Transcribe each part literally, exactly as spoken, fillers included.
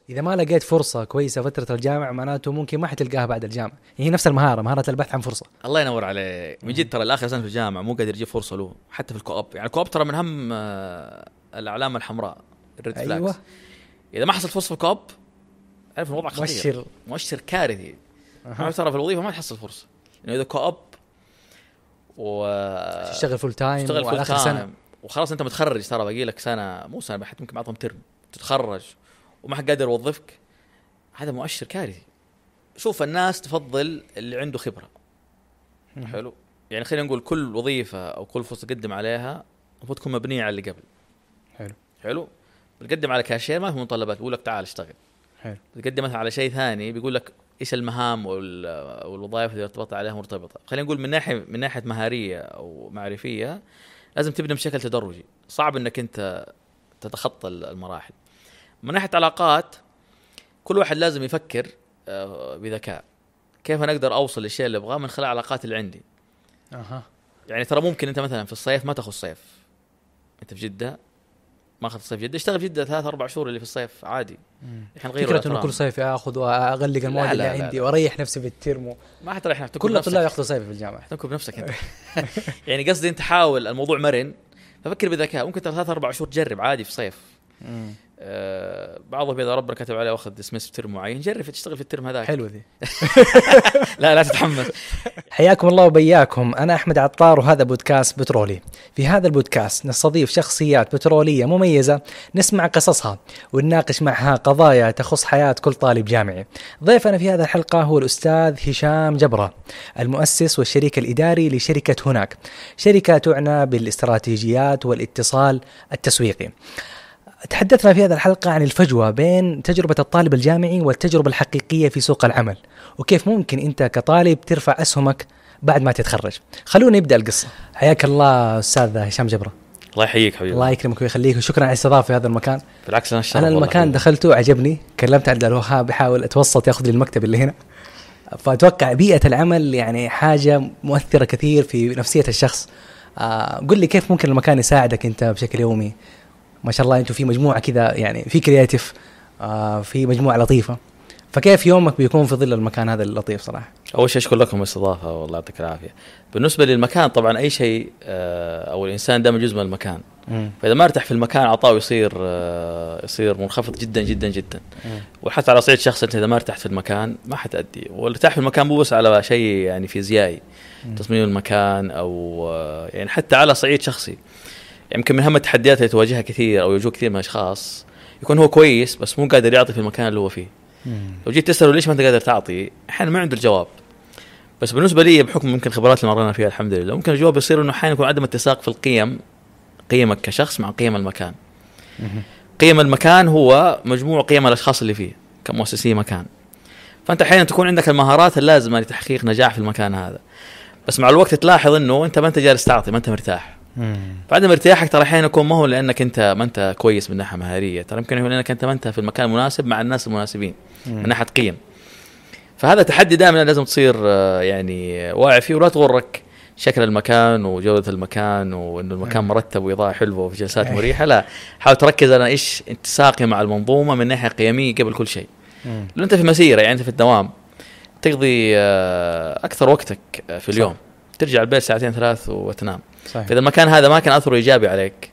إذا ما لقيت فرصة كويسة فترة الجامعة معناته ممكن ما حتلقاها بعد الجامعة. هي نفس المهارة، مهارة البحث عن فرصة. الله ينور عليك. من جد ترى الآخر سنة في الجامعة مو قادر يجيب فرصة له حتى في الكوب. يعني الكوب ترى من هم الأعلام الحمراء الريد فلاكس. أيوة. إذا ما حصلت فرصة في الكوب عارف الوضع خطير، مؤشر مؤشر كارثي. أه. ترى في الوظيفة ما تحصل فرصة، يعني إذا كوب وتشتغل فول تايم وعلى آخر سنة وخلاص أنت متخرج، ترى باقي لك سنة مو سنة حتى ممكن بعضهم ترم تتخرج وما حد قادر يوظفك، هذا مؤشر كارثي. شوف الناس تفضل اللي عنده خبرة. م- حلو. يعني خلينا نقول كل وظيفة أو كل فرصة تقدم عليها المفروض تكون مبنية على اللي قبل. حلو حلو. بتقدم على كاشير ما في متطلبات، بيقول لك تعال اشتغل. حلو. بتقدم مثلا على شيء ثاني بيقول لك ايش المهام والوظائف اللي ارتبط عليها مرتبطة. خلينا نقول من ناحية من ناحية مهارية أو معرفية لازم تبني بشكل تدرجي، صعب انك انت تتخطى المراحل. من ناحية علاقات كل واحد لازم يفكر بذكاء، كيف أنا أقدر أوصل للشيء اللي أبغاه من خلال العلاقات اللي عندي. أها. يعني ترى ممكن أنت مثلا في الصيف ما تأخذ صيف، أنت في جدة ما أخذ صيف جدة، اشتغل في جدة ثلاث أربع شهور اللي في الصيف عادي. إحنا نغير فكرة إنه كل صيف أخذ وأغلق المواد اللي عندي وأريح نفسي في الترم. ما حتريح نفسك، كل الطلاب يأخذوا صيف في الجامعة. تنكب بنفسك أنت. يعني قصدي أنت حاول الموضوع مرن، ففكر بذكاء. ممكن ثلاث أربع شهور تجرب عادي في صيف. آه بعضهم إذا ربنا كتب عليه واخذ دسمس في ترم معين جرب تشتغل في الترم هذاك. حلو ذي. لا لا تتحمس. حياكم الله وبياكم. أنا أحمد عطار وهذا بودكاست بترولي. في هذا البودكاست نستضيف شخصيات بترولية مميزة نسمع قصصها ونناقش معها قضايا تخص حياة كل طالب جامعي. ضيفنا في هذه الحلقة هو الأستاذ هشام جبرة، المؤسس والشريك الإداري لشركة هناك، شركة تعنى بالاستراتيجيات والاتصال التسويقي. تحدثنا في هذه الحلقة عن الفجوة بين تجربة الطالب الجامعي والتجربة الحقيقية في سوق العمل، وكيف ممكن أنت كطالب ترفع أسهمك بعد ما تتخرج. خلونا نبدأ القصة. حياك الله أستاذ هشام جبرة. الله يحييك حبيبي. الله يكرمك ويخليك، وشكرا على الاستضافة في هذا المكان. بالعكس أنا الشرف. أنا المكان دخلته عجبني، كلمت عبد الوهاب بحاول أتوسط يأخذ لي المكتب اللي هنا، فأتوقع بيئة العمل يعني حاجة مؤثرة كثير في نفسية الشخص. آه قل لي كيف ممكن المكان يساعدك أنت بشكل يومي؟ ما شاء الله أنتوا في مجموعة كذا يعني في كرياتيف، آه في مجموعة لطيفة، فكيف يومك بيكون في ظل المكان هذا اللطيف صراحة؟ أول شيء أشكر لكم الاستضافة والله يعطيك العافية. بالنسبة للمكان طبعا أي شيء آه أو الإنسان دائما جزء من المكان، م. فإذا ما ارتاح في المكان عطاءه يصير آه يصير منخفض جدا جدا جدا. وحتى على صعيد شخص أنت إذا ما ارتحت في المكان ما حتأدي. والارتاح في المكان مو بس على شيء يعني فيزيائي تصميم المكان أو آه يعني حتى على صعيد شخصي. يمكن من أهم التحديات اللي تواجهها كثير أو يواجهوا كثير من الأشخاص يكون هو كويس بس مو قادر يعطي في المكان اللي هو فيه. مم. لو جيت تسأله ليش ما أنت قادر تعطي أحيانا ما عنده الجواب. بس بالنسبة لي بحكم ممكن خبرات اللي مرنا فيها الحمد لله ممكن الجواب يصير إنه أحيانا يكون عدم اتساق في القيم، قيمك كشخص مع قيم المكان. مم. قيم المكان هو مجموع قيم الأشخاص اللي فيه كمؤسسي مكان، فأنت أحيانا تكون عندك المهارات اللازمة لتحقيق نجاح في المكان هذا، بس مع الوقت تلاحظ إنه أنت ما أنت جالس تعطي، ما أنت مرتاح. بعد ما ارتياحك ترى احيانا يكون ما هو لانك انت ما انت كويس من ناحيه مهاريه، ترى يمكن يكون لانك انت ما انت في المكان المناسب مع الناس المناسبين من ناحيه قيم. فهذا تحدي دائما لازم تصير يعني واعي فيه، ولا تغرك شكل المكان وجوده المكان وانه المكان مرتب واضاءه حلوه وفي جلسات مريحه. لا، حاول تركز على ايش اتساقي مع المنظومه من ناحيه قيميه قبل كل شيء. لو انت في مسيره يعني انت في الدوام تقضي اكثر وقتك في اليوم، ترجع البيت ساعتين ثلاث وتنام. صحيح. فإذا المكان هذا ما كان أثره إيجابي عليك،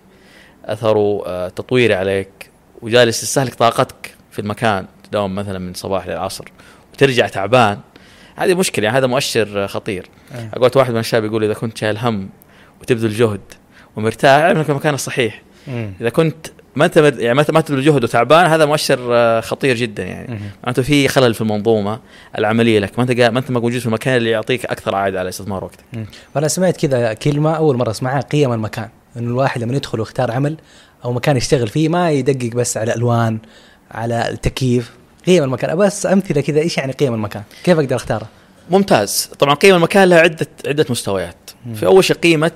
أثره آه تطويري عليك، وجالس تستهلك طاقتك في المكان تداوم مثلا من صباح للعصر وترجع تعبان، هذه مشكلة. يعني هذا مؤشر خطير. أه. أقول واحد من الشباب يقول إذا كنت شايل هم وتبذل جهد ومرتاح اعمل في المكان الصحيح. مم. إذا كنت ما انت يعني ما ما تبذل جهد وتعبان هذا مؤشر خطير جدا. يعني معناته في خلل في المنظومه العمليه لك، ما انت ما انت موجود في المكان اللي يعطيك اكثر عائد على استثمار وقتك. وانا سمعت كذا كلمه اول مره اسمعها، قيم المكان، انه الواحد لما يدخل ويختار عمل او مكان يشتغل فيه ما يدقق بس على الالوان على التكييف، قيم المكان. بس امثله كذا ايش يعني قيم المكان، كيف اقدر اختاره؟ ممتاز. طبعا قيم المكان لها عده عده مستويات. مم. في اول شيء قيمه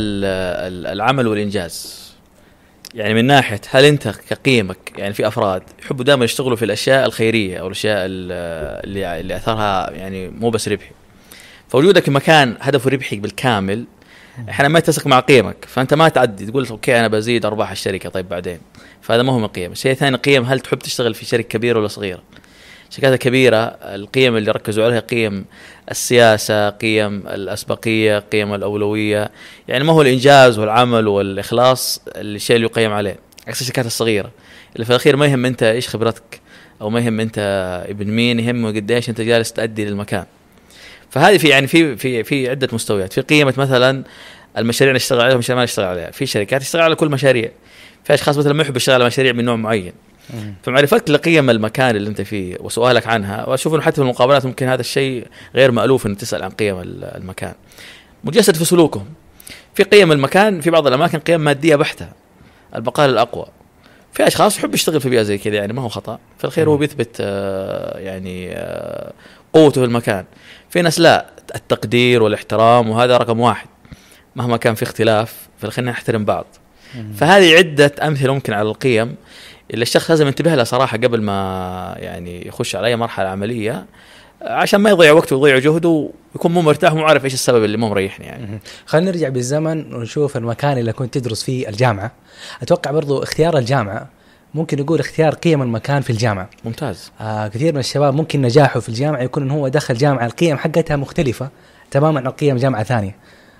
العمل والانجاز، يعني من ناحية هل أنت كقيمك، يعني في أفراد يحبوا دائما يشتغلوا في الأشياء الخيرية أو الأشياء اللي اللي أثرها يعني مو بس ربحي، فوجودك في مكان هدفه ربحي بالكامل احنا ما يتسق مع قيمك، فانت ما تعدي تقول اوكي انا بزيد ارباح الشركه طيب بعدين، فهذا ما هو من قيم. الشيء الثاني قيم، هل تحب تشتغل في شركه كبيره ولا صغيره؟ شركات كبيره القيم اللي ركزوا عليها قيم السياسه، قيم الاسبقيه، قيم الاولويه، يعني ما هو الانجاز والعمل والاخلاص الشيء اللي يقيم عليه. عكس الشركات الصغيره اللي في الاخير ما يهم انت ايش خبرتك او ما يهم انت ابن مين، يهمه قديش انت جالس تؤدي للمكان. فهذه في يعني في في في عده مستويات. في قيمه مثلا المشاريع اللي نشتغل عليها والمشاريع ما نشتغل عليها. في شركات تشتغل على كل مشاريع، في اشخاص مثلا ما يحبوا يشتغل على مشاريع من نوع معين. فمعرفتك لقيم المكان اللي انت فيه وسؤالك عنها، واشوف انه حتى في المقابلات ممكن هذا الشيء غير مألوف ان تسأل عن قيم المكان مجسد في سلوكهم. في قيم المكان في بعض الاماكن قيم ماديه بحته، البقاء الاقوى. في اشخاص يحب يشتغل في بيئه زي كذا، يعني ما هو خطا في الخير، هو بيثبت آه يعني آه قوته في المكان. في ناس لا، التقدير والاحترام وهذا رقم واحد، مهما كان في اختلاف في الخير نحترم بعض. فهذه عده امثله ممكن على القيم اللي الشخص لازم ينتبه لها صراحه قبل ما يعني يخش على اي مرحله عمليه، عشان ما يضيع وقته ويضيع جهده ويكون مو مرتاح ومو عارف ايش السبب اللي مو مريحني. يعني خلينا نرجع بالزمن ونشوف المكان اللي كنت تدرس فيه الجامعه. اتوقع برضو اختيار الجامعه ممكن نقول اختيار قيم المكان في الجامعه. ممتاز. آه كثير من الشباب ممكن نجاحه في الجامعه يكون إن هو دخل جامعه القيم حقتها مختلفه تماما عن قيم جامعه ثانيه.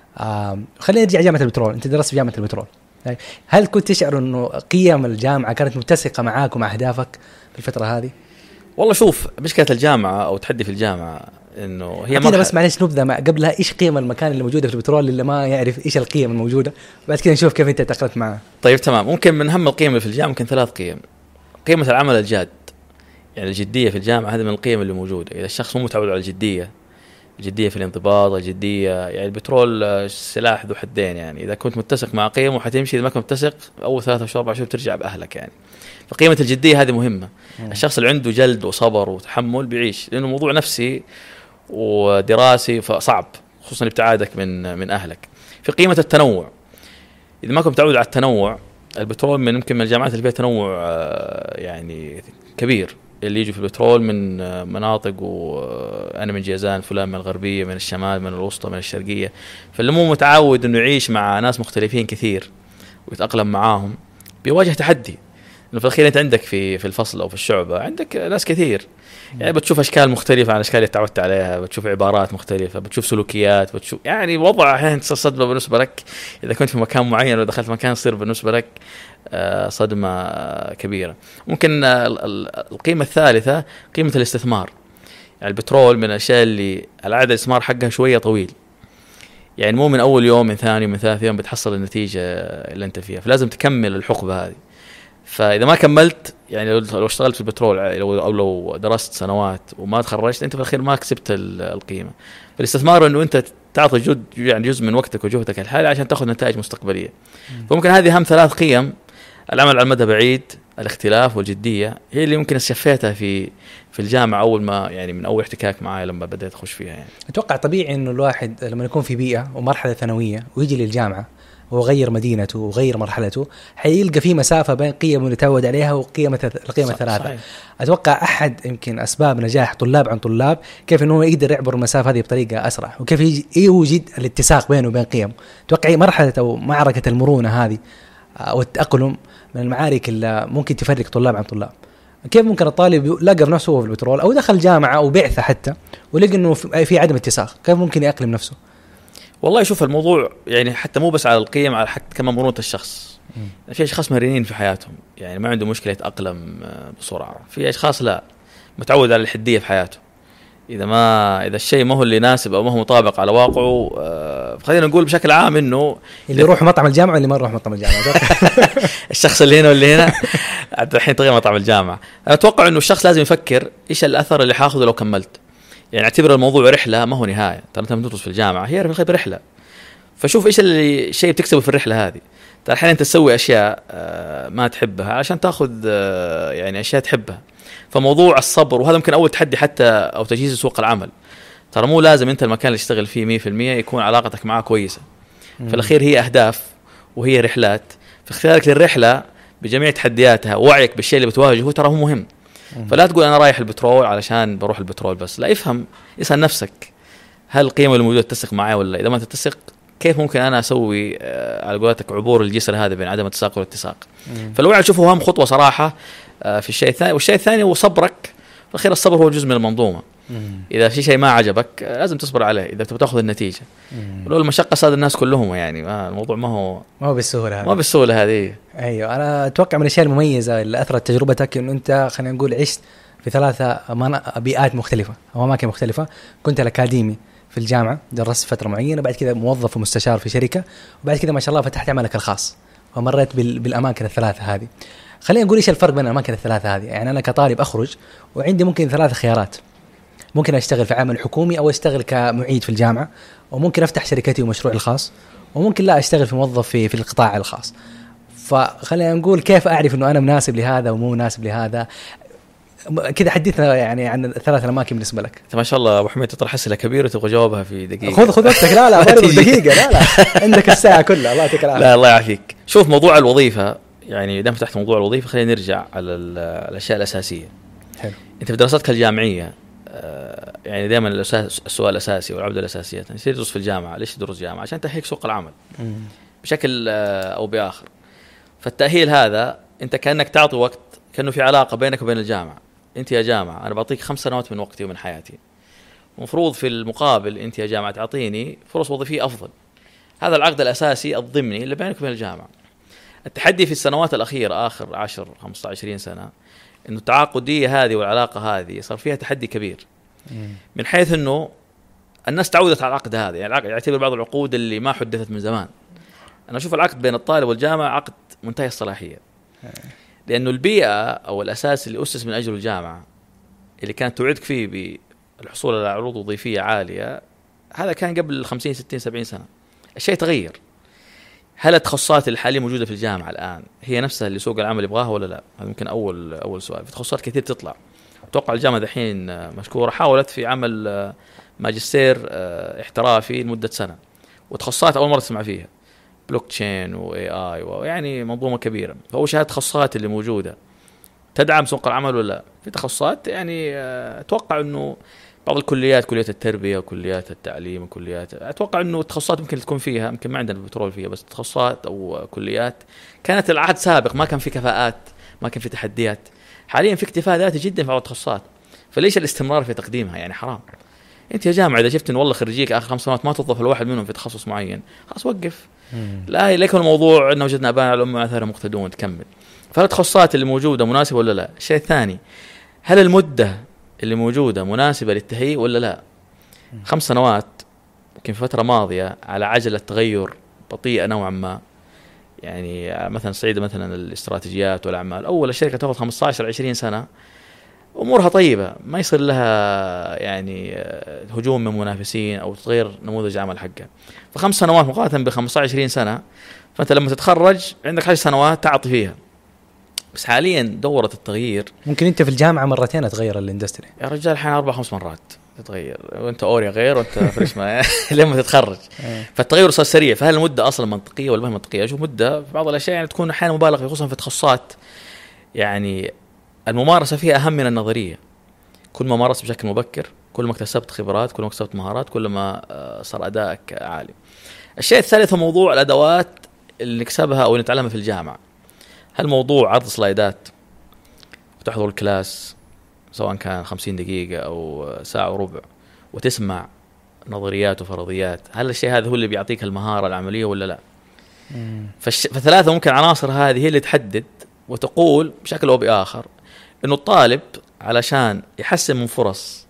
آه خلينا نرجع جامعه البترول. انت درست في جامعه البترول، هل كنت تشعر انه قيم الجامعه كانت متسقه معاك ومع اهدافك في الفتره هذه؟ والله شوف، مشكله الجامعه او تحدي في الجامعه انه هي مرحلة. بس معلش نبذه مع قبلها، ايش قيم المكان اللي موجوده في البترول اللي ما يعرف ايش القيم الموجوده، وبعد كده نشوف كيف انت تأقلمت معها. طيب تمام. ممكن من اهم القيم اللي في الجامعه ممكن ثلاث قيم. قيمه العمل الجاد، يعني الجديه في الجامعه هذه من القيم اللي موجوده. اذا الشخص مو متعود على الجديه، الجديه في الانضباط، الجديه يعني البترول سلاح ذو حدين، يعني اذا كنت متسق مع قيمه وحتمشي، اذا ما كنت متسق اول ثلاثة شهور اربع شهور ترجع باهلك يعني. فقيمه الجديه هذه مهمه. م. الشخص اللي عنده جلد وصبر وتحمل بيعيش، لانه موضوع نفسي ودراسي فصعب، خصوصا ابتعادك من من اهلك. في قيمه التنوع، اذا ما كنت متعود على التنوع، البترول من يمكن من الجامعات اللي فيها تنوع يعني كبير، اللي يجي في البترول من مناطق، وأنا من جيزان، فلان من الغربية، من الشمال، من الوسطى، من الشرقية. فاللي مو متعود إنه يعيش مع ناس مختلفين كثير ويتأقلم معاهم بيواجه تحدي. إنه في الأخير أنت عندك في في الفصل أو في الشعبة عندك ناس كثير، يعني بتشوف أشكال مختلفة عن الأشكال اللي تعودت عليها، بتشوف عبارات مختلفة، بتشوف سلوكيات، بتشوف يعني وضع أحيانا صدمة بالنسبة لك. إذا كنت في مكان معين ودخلت مكان يصير بالنسبة لك صدمة كبيرة. ممكن القيمة الثالثة قيمة الاستثمار. يعني البترول من الأشياء اللي العادة الاستثمار حقها شوية طويل، يعني مو من أول يوم، من ثاني، من ثالث يوم بتحصل النتيجة اللي أنت فيها، فلازم تكمل الحقبة هذه. فإذا ما كملت، يعني لو اشتغلت في البترول أو لو درست سنوات وما تخرجت، أنت في الأخير ما كسبت القيمة. فالاستثمار إنه أنت تعطي جزء يعني جزء من وقتك وجهدك الحالي عشان تأخذ نتائج مستقبلية. فممكن هذه أهم ثلاث قيم: العمل على المدى بعيد، الاختلاف، والجدية، هي اللي ممكن استشفيتها في في الجامعة أول ما يعني من أول احتكاك معايا لما بدأت أخش فيها. يعني أتوقع طبيعي إنه الواحد لما يكون في بيئة ومرحلة ثانوية ويجي للجامعة وغير مدينته وغير مرحلته، حيلقى في مسافة بين قيم اللي تعود عليها وقيمة القيمة الثلاثة. صحيح. أتوقع أحد يمكن أسباب نجاح طلاب عن طلاب كيف إنه يقدر يعبر المسافة هذه بطريقة أسرع، وكيف يوجد الاتساق بينه وبين قيم. أتوقع مرحلة أو معركة المرونة هذه أو التأقلم من المعارك اللي ممكن تفرق طلاب عن طلاب. كيف ممكن الطالب لقى نفسه في البترول أو دخل جامعة أو بعثة حتى ولقى إنه في عدم اتساق، كيف ممكن يأقلم نفسه؟ والله يشوف الموضوع يعني حتى مو بس على القيم، على حتى كمان مرونة الشخص. م. في أشخاص مرنين في حياتهم، يعني ما عنده مشكلة يتأقلم بسرعة. في أشخاص لا، متعود على الحدية في حياته. إذا ما إذا الشيء ما هو اللي يناسب أو ما هو مطابق على واقعه، آه خلينا نقول بشكل عام إنه اللي يروح مطعم الجامعة اللي ما يروح مطعم الجامعة الشخص اللي هنا واللي هنا الحين تغير مطعم الجامعة. أنا أتوقع إنه الشخص لازم يفكر إيش الأثر اللي حاخذه لو كملت. يعني اعتبر الموضوع رحلة ما هو نهاية. ترى أنت بتدرس في الجامعة هي رحلة، فشوف إيش اللي شيء بتكسبه في الرحلة هذه. ترى الحين أنت تسوي أشياء آه ما تحبها عشان تأخذ آه يعني أشياء تحبها. فموضوع الصبر، وهذا ممكن أول تحدي حتى أو تجهيز سوق العمل. ترى مو لازم أنت المكان اللي تشتغل فيه مية في المية يكون علاقتك معه كويسة. في الأخير هي أهداف وهي رحلات، في اختيارك للرحلة بجميع تحدياتها ووعيك بالشيء اللي بتواجهه ترى هو مهم. فلا تقول أنا رايح البترول علشان بروح البترول بس، لا، افهم، اسأل نفسك هل القيمة الموجودة تتسق معي ولا؟ إذا ما تتسق كيف ممكن انا اسوي على قولتك عبور الجسر هذا بين عدم التساق والاتساق. فالوعي اشوفه اهم خطوه صراحه في الشيء الثاني. والشيء الثاني هو صبرك، في الأخير الصبر هو جزء من المنظومه. اذا في شيء ما عجبك لازم تصبر عليه اذا تبغى تاخذ النتيجه. ولو المشقه صاد الناس كلهم يعني ما الموضوع ما هو ما هو بالسهوله هذه، ما بالسهوله هذه. ايوه انا اتوقع من الاشياء المميزه اللي اثرت تجربتك انه انت خلينا نقول عشت في ثلاثه بيئات مختلفه او اماكن مختلفه. كنت الاكاديمي في الجامعه درست فتره معينه، بعد كذا موظف ومستشار في شركه، وبعد كذا ما شاء الله فتحت عملك الخاص ومريت بالاماكن الثلاثه هذه. خلينا نقول ايش الفرق بين الاماكن الثلاثه هذه. يعني انا كطالب اخرج وعندي ممكن ثلاث خيارات، ممكن اشتغل في عمل حكومي او اشتغل كمعيد في الجامعه، وممكن افتح شركتي ومشروعي الخاص، وممكن لا اشتغل في موظف في في القطاع الخاص. فخلينا نقول كيف اعرف انه انا مناسب لهذا ومو مناسب لهذا؟ كذا حدثنا يعني عن الثلاث الاماكن بالنسبه لك. ما شاء الله ابو حميد تطرح اسئله كبيره وتبغى جوابها في دقيقه. خذ خذ وقتك. لا لا ما دقيقه، لا لا عندك الساعه كلها. الله يعطيك العافيه. لا الله يعافيك. شوف موضوع الوظيفه، يعني دام فتحت موضوع الوظيفه خلينا نرجع على الاشياء الاساسيه. حلو. انت في دراستك الجامعيه يعني دائما السؤال الاساسي والعوده الاساسيه، يعني تدرس في الجامعه ليش تدرس جامعه؟ عشان تأهيلك سوق العمل مم. بشكل او باخر. فالتأهيل هذا انت كانك تعطي وقت، كانه في علاقه بينك وبين الجامعه. انت يا جامعه انا بعطيك خمس سنوات من وقتي ومن حياتي، المفروض في المقابل انت يا جامعه تعطيني فرص وظيفيه افضل. هذا العقد الاساسي الضمني اللي بينك وبين الجامعه. التحدي في السنوات الاخيره اخر عشر خمسة عشرين سنه انه التعاقديه هذه والعلاقه هذه صار فيها تحدي كبير، من حيث انه الناس تعودت على العقد هذا. يعني العقد يعتبر بعض العقود اللي ما حدثت من زمان. انا اشوف العقد بين الطالب والجامعه عقد منتهي الصلاحيه، لانه البيئه او الاساس اللي اسس من اجله الجامعه اللي كانت توعدك فيه بالحصول على عروض وظيفيه عاليه، هذا كان قبل خمسين ستين سبعين سنه. الشيء تغير. هل التخصصات اللي حاليا موجوده في الجامعه الان هي نفسها اللي سوق العمل يبغاها ولا لا؟ هذا ممكن اول اول سؤال. في تخصصات كثير تطلع. اتوقع الجامعه دحين مشكوره حاولت في عمل ماجستير احترافي لمده سنه، وتخصصات اول مره تسمع فيها، بلوك تشين واي اي، ويعني منظومه كبيره. فاول شيء التخصصات اللي موجوده تدعم سوق العمل ولا لا؟ في تخصصات يعني اتوقع انه بعض الكليات، كليات التربيه وكليات التعليم وكليات، اتوقع انه التخصصات ممكن تكون فيها، يمكن ما عندنا بترول فيها، بس تخصصات او كليات كانت العهد سابق ما كان في كفاءات، ما كان في تحديات. حاليا في اكتفاء ذاتي جدا في بعض التخصصات، فليش الاستمرار في تقديمها؟ يعني حرام. انت يا جامعه اذا شفت ان والله خريجيك اخر خمس سنوات ما توظف الواحد منهم في تخصص معين، خلاص وقف. مم. لا يكون الموضوع انه وجدنا ابانا على الامه اثرهم مقتدون، تكمل. فالتخصصات اللي موجوده مناسبه ولا لا؟ الشيء الثاني، هل المده اللي موجوده مناسبه للتهيئ ولا لا؟ مم. خمس سنوات يمكن في فتره ماضيه على عجله تغير بطيئه نوعا ما. يعني مثلا صعيد مثلا الاستراتيجيات والاعمال، اول الشركه تاخذ خمسة عشر عشرين سنه امورها طيبه، ما يصير لها يعني هجوم من منافسين او تغير نموذج العمل حقها. فخمس سنوات مقارنه ب خمسة عشر عشرين سنه، فانت لما تتخرج عندك عشر سنوات تعطي فيها. بس حاليا دوره التغيير ممكن انت في الجامعه مرتين تغير الاندستري يا رجال، الحين اربع خمس مرات تتغير، وانت اوريا غير وانت فريشمان لما تتخرج. فالتغير صار سريع. فهل المده اصلا منطقيه ولا ما منطقيه؟ اشوف مده في بعض الاشياء يعني تكون احيانا مبالغ فيها، خصوصا في تخصصات يعني الممارسة فيها أهم من النظرية. كل ما مارست بشكل مبكر، كل ما اكتسبت خبرات، كل ما اكتسبت مهارات، كل ما صار أدائك عالي. الشيء الثالث هو موضوع الأدوات اللي نكسبها أو نتعلمها في الجامعة. هل موضوع عرض سلايدات وتحضر الكلاس سواء كان خمسين دقيقة أو ساعة وربع وتسمع نظريات وفرضيات، هل الشيء هذا هو اللي بيعطيك المهارة العملية ولا لا؟ فالش... فثلاثة ممكن عناصر هذه هي اللي تحدد وتقول بشكل أو بآخر إنه الطالب علشان يحسن من فرص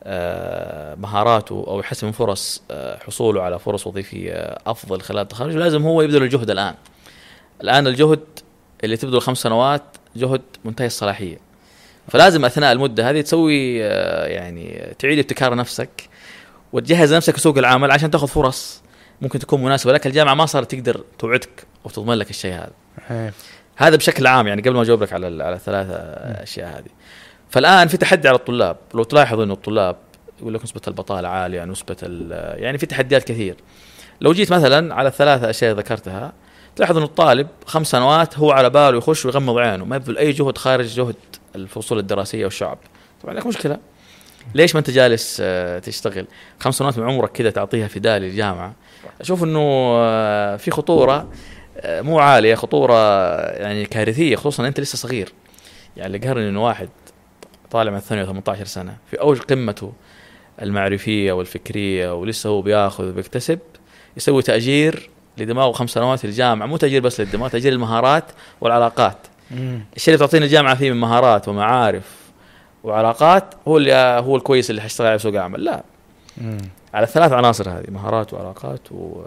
مهاراته أو يحسن من فرص حصوله على فرص وظيفية أفضل خلال التخرج، لازم هو يبذل الجهد الآن. الآن الجهد اللي تبذل خمس سنوات جهد منتهي الصلاحية، فلازم أثناء المدة هذه تسوي يعني تعيد ابتكار نفسك وتجهز نفسك لسوق العمل عشان تأخذ فرص ممكن تكون مناسبة لك. الجامعة ما صارت تقدر توعدك أو تضمن لك الشيء هذا. هذا بشكل عام يعني قبل ما أجاوب لك على على الثلاثة أشياء هذه. فالآن في تحدي على الطلاب. لو تلاحظوا إنه الطلاب يقول لك نسبة البطالة عالية، نسبة يعني في تحديات كثير. لو جيت مثلا على الثلاثة أشياء ذكرتها تلاحظ إنه الطالب خمس سنوات هو على باله يخش ويغمض عينه، ما يبذل أي جهد خارج جهد الفصول الدراسية والشعب. طبعا لك مشكلة، ليش ما أنت جالس تشتغل خمس سنوات من عمرك كذا تعطيها فداء للجامعة؟ اشوف انه في خطوره مو عاليه، خطوره يعني كارثيه، خصوصا انت لسه صغير. يعني اللي قهرني انه واحد طالع من الثانويه ثمانية عشر سنه في اوج قمته المعرفيه والفكريه ولسه هو بياخذ وبيكتسب، يسوي تاجير لدماغه خمس سنوات الجامعه، مو تاجير بس للدماغ، تاجير المهارات والعلاقات. الشيء اللي تعطيني الجامعه فيه من مهارات ومعارف وعلاقات هو اللي هو الكويس اللي حيشتغل على سوق العمل. لا، مم. على الثلاث عناصر هذه، مهارات وعلاقات و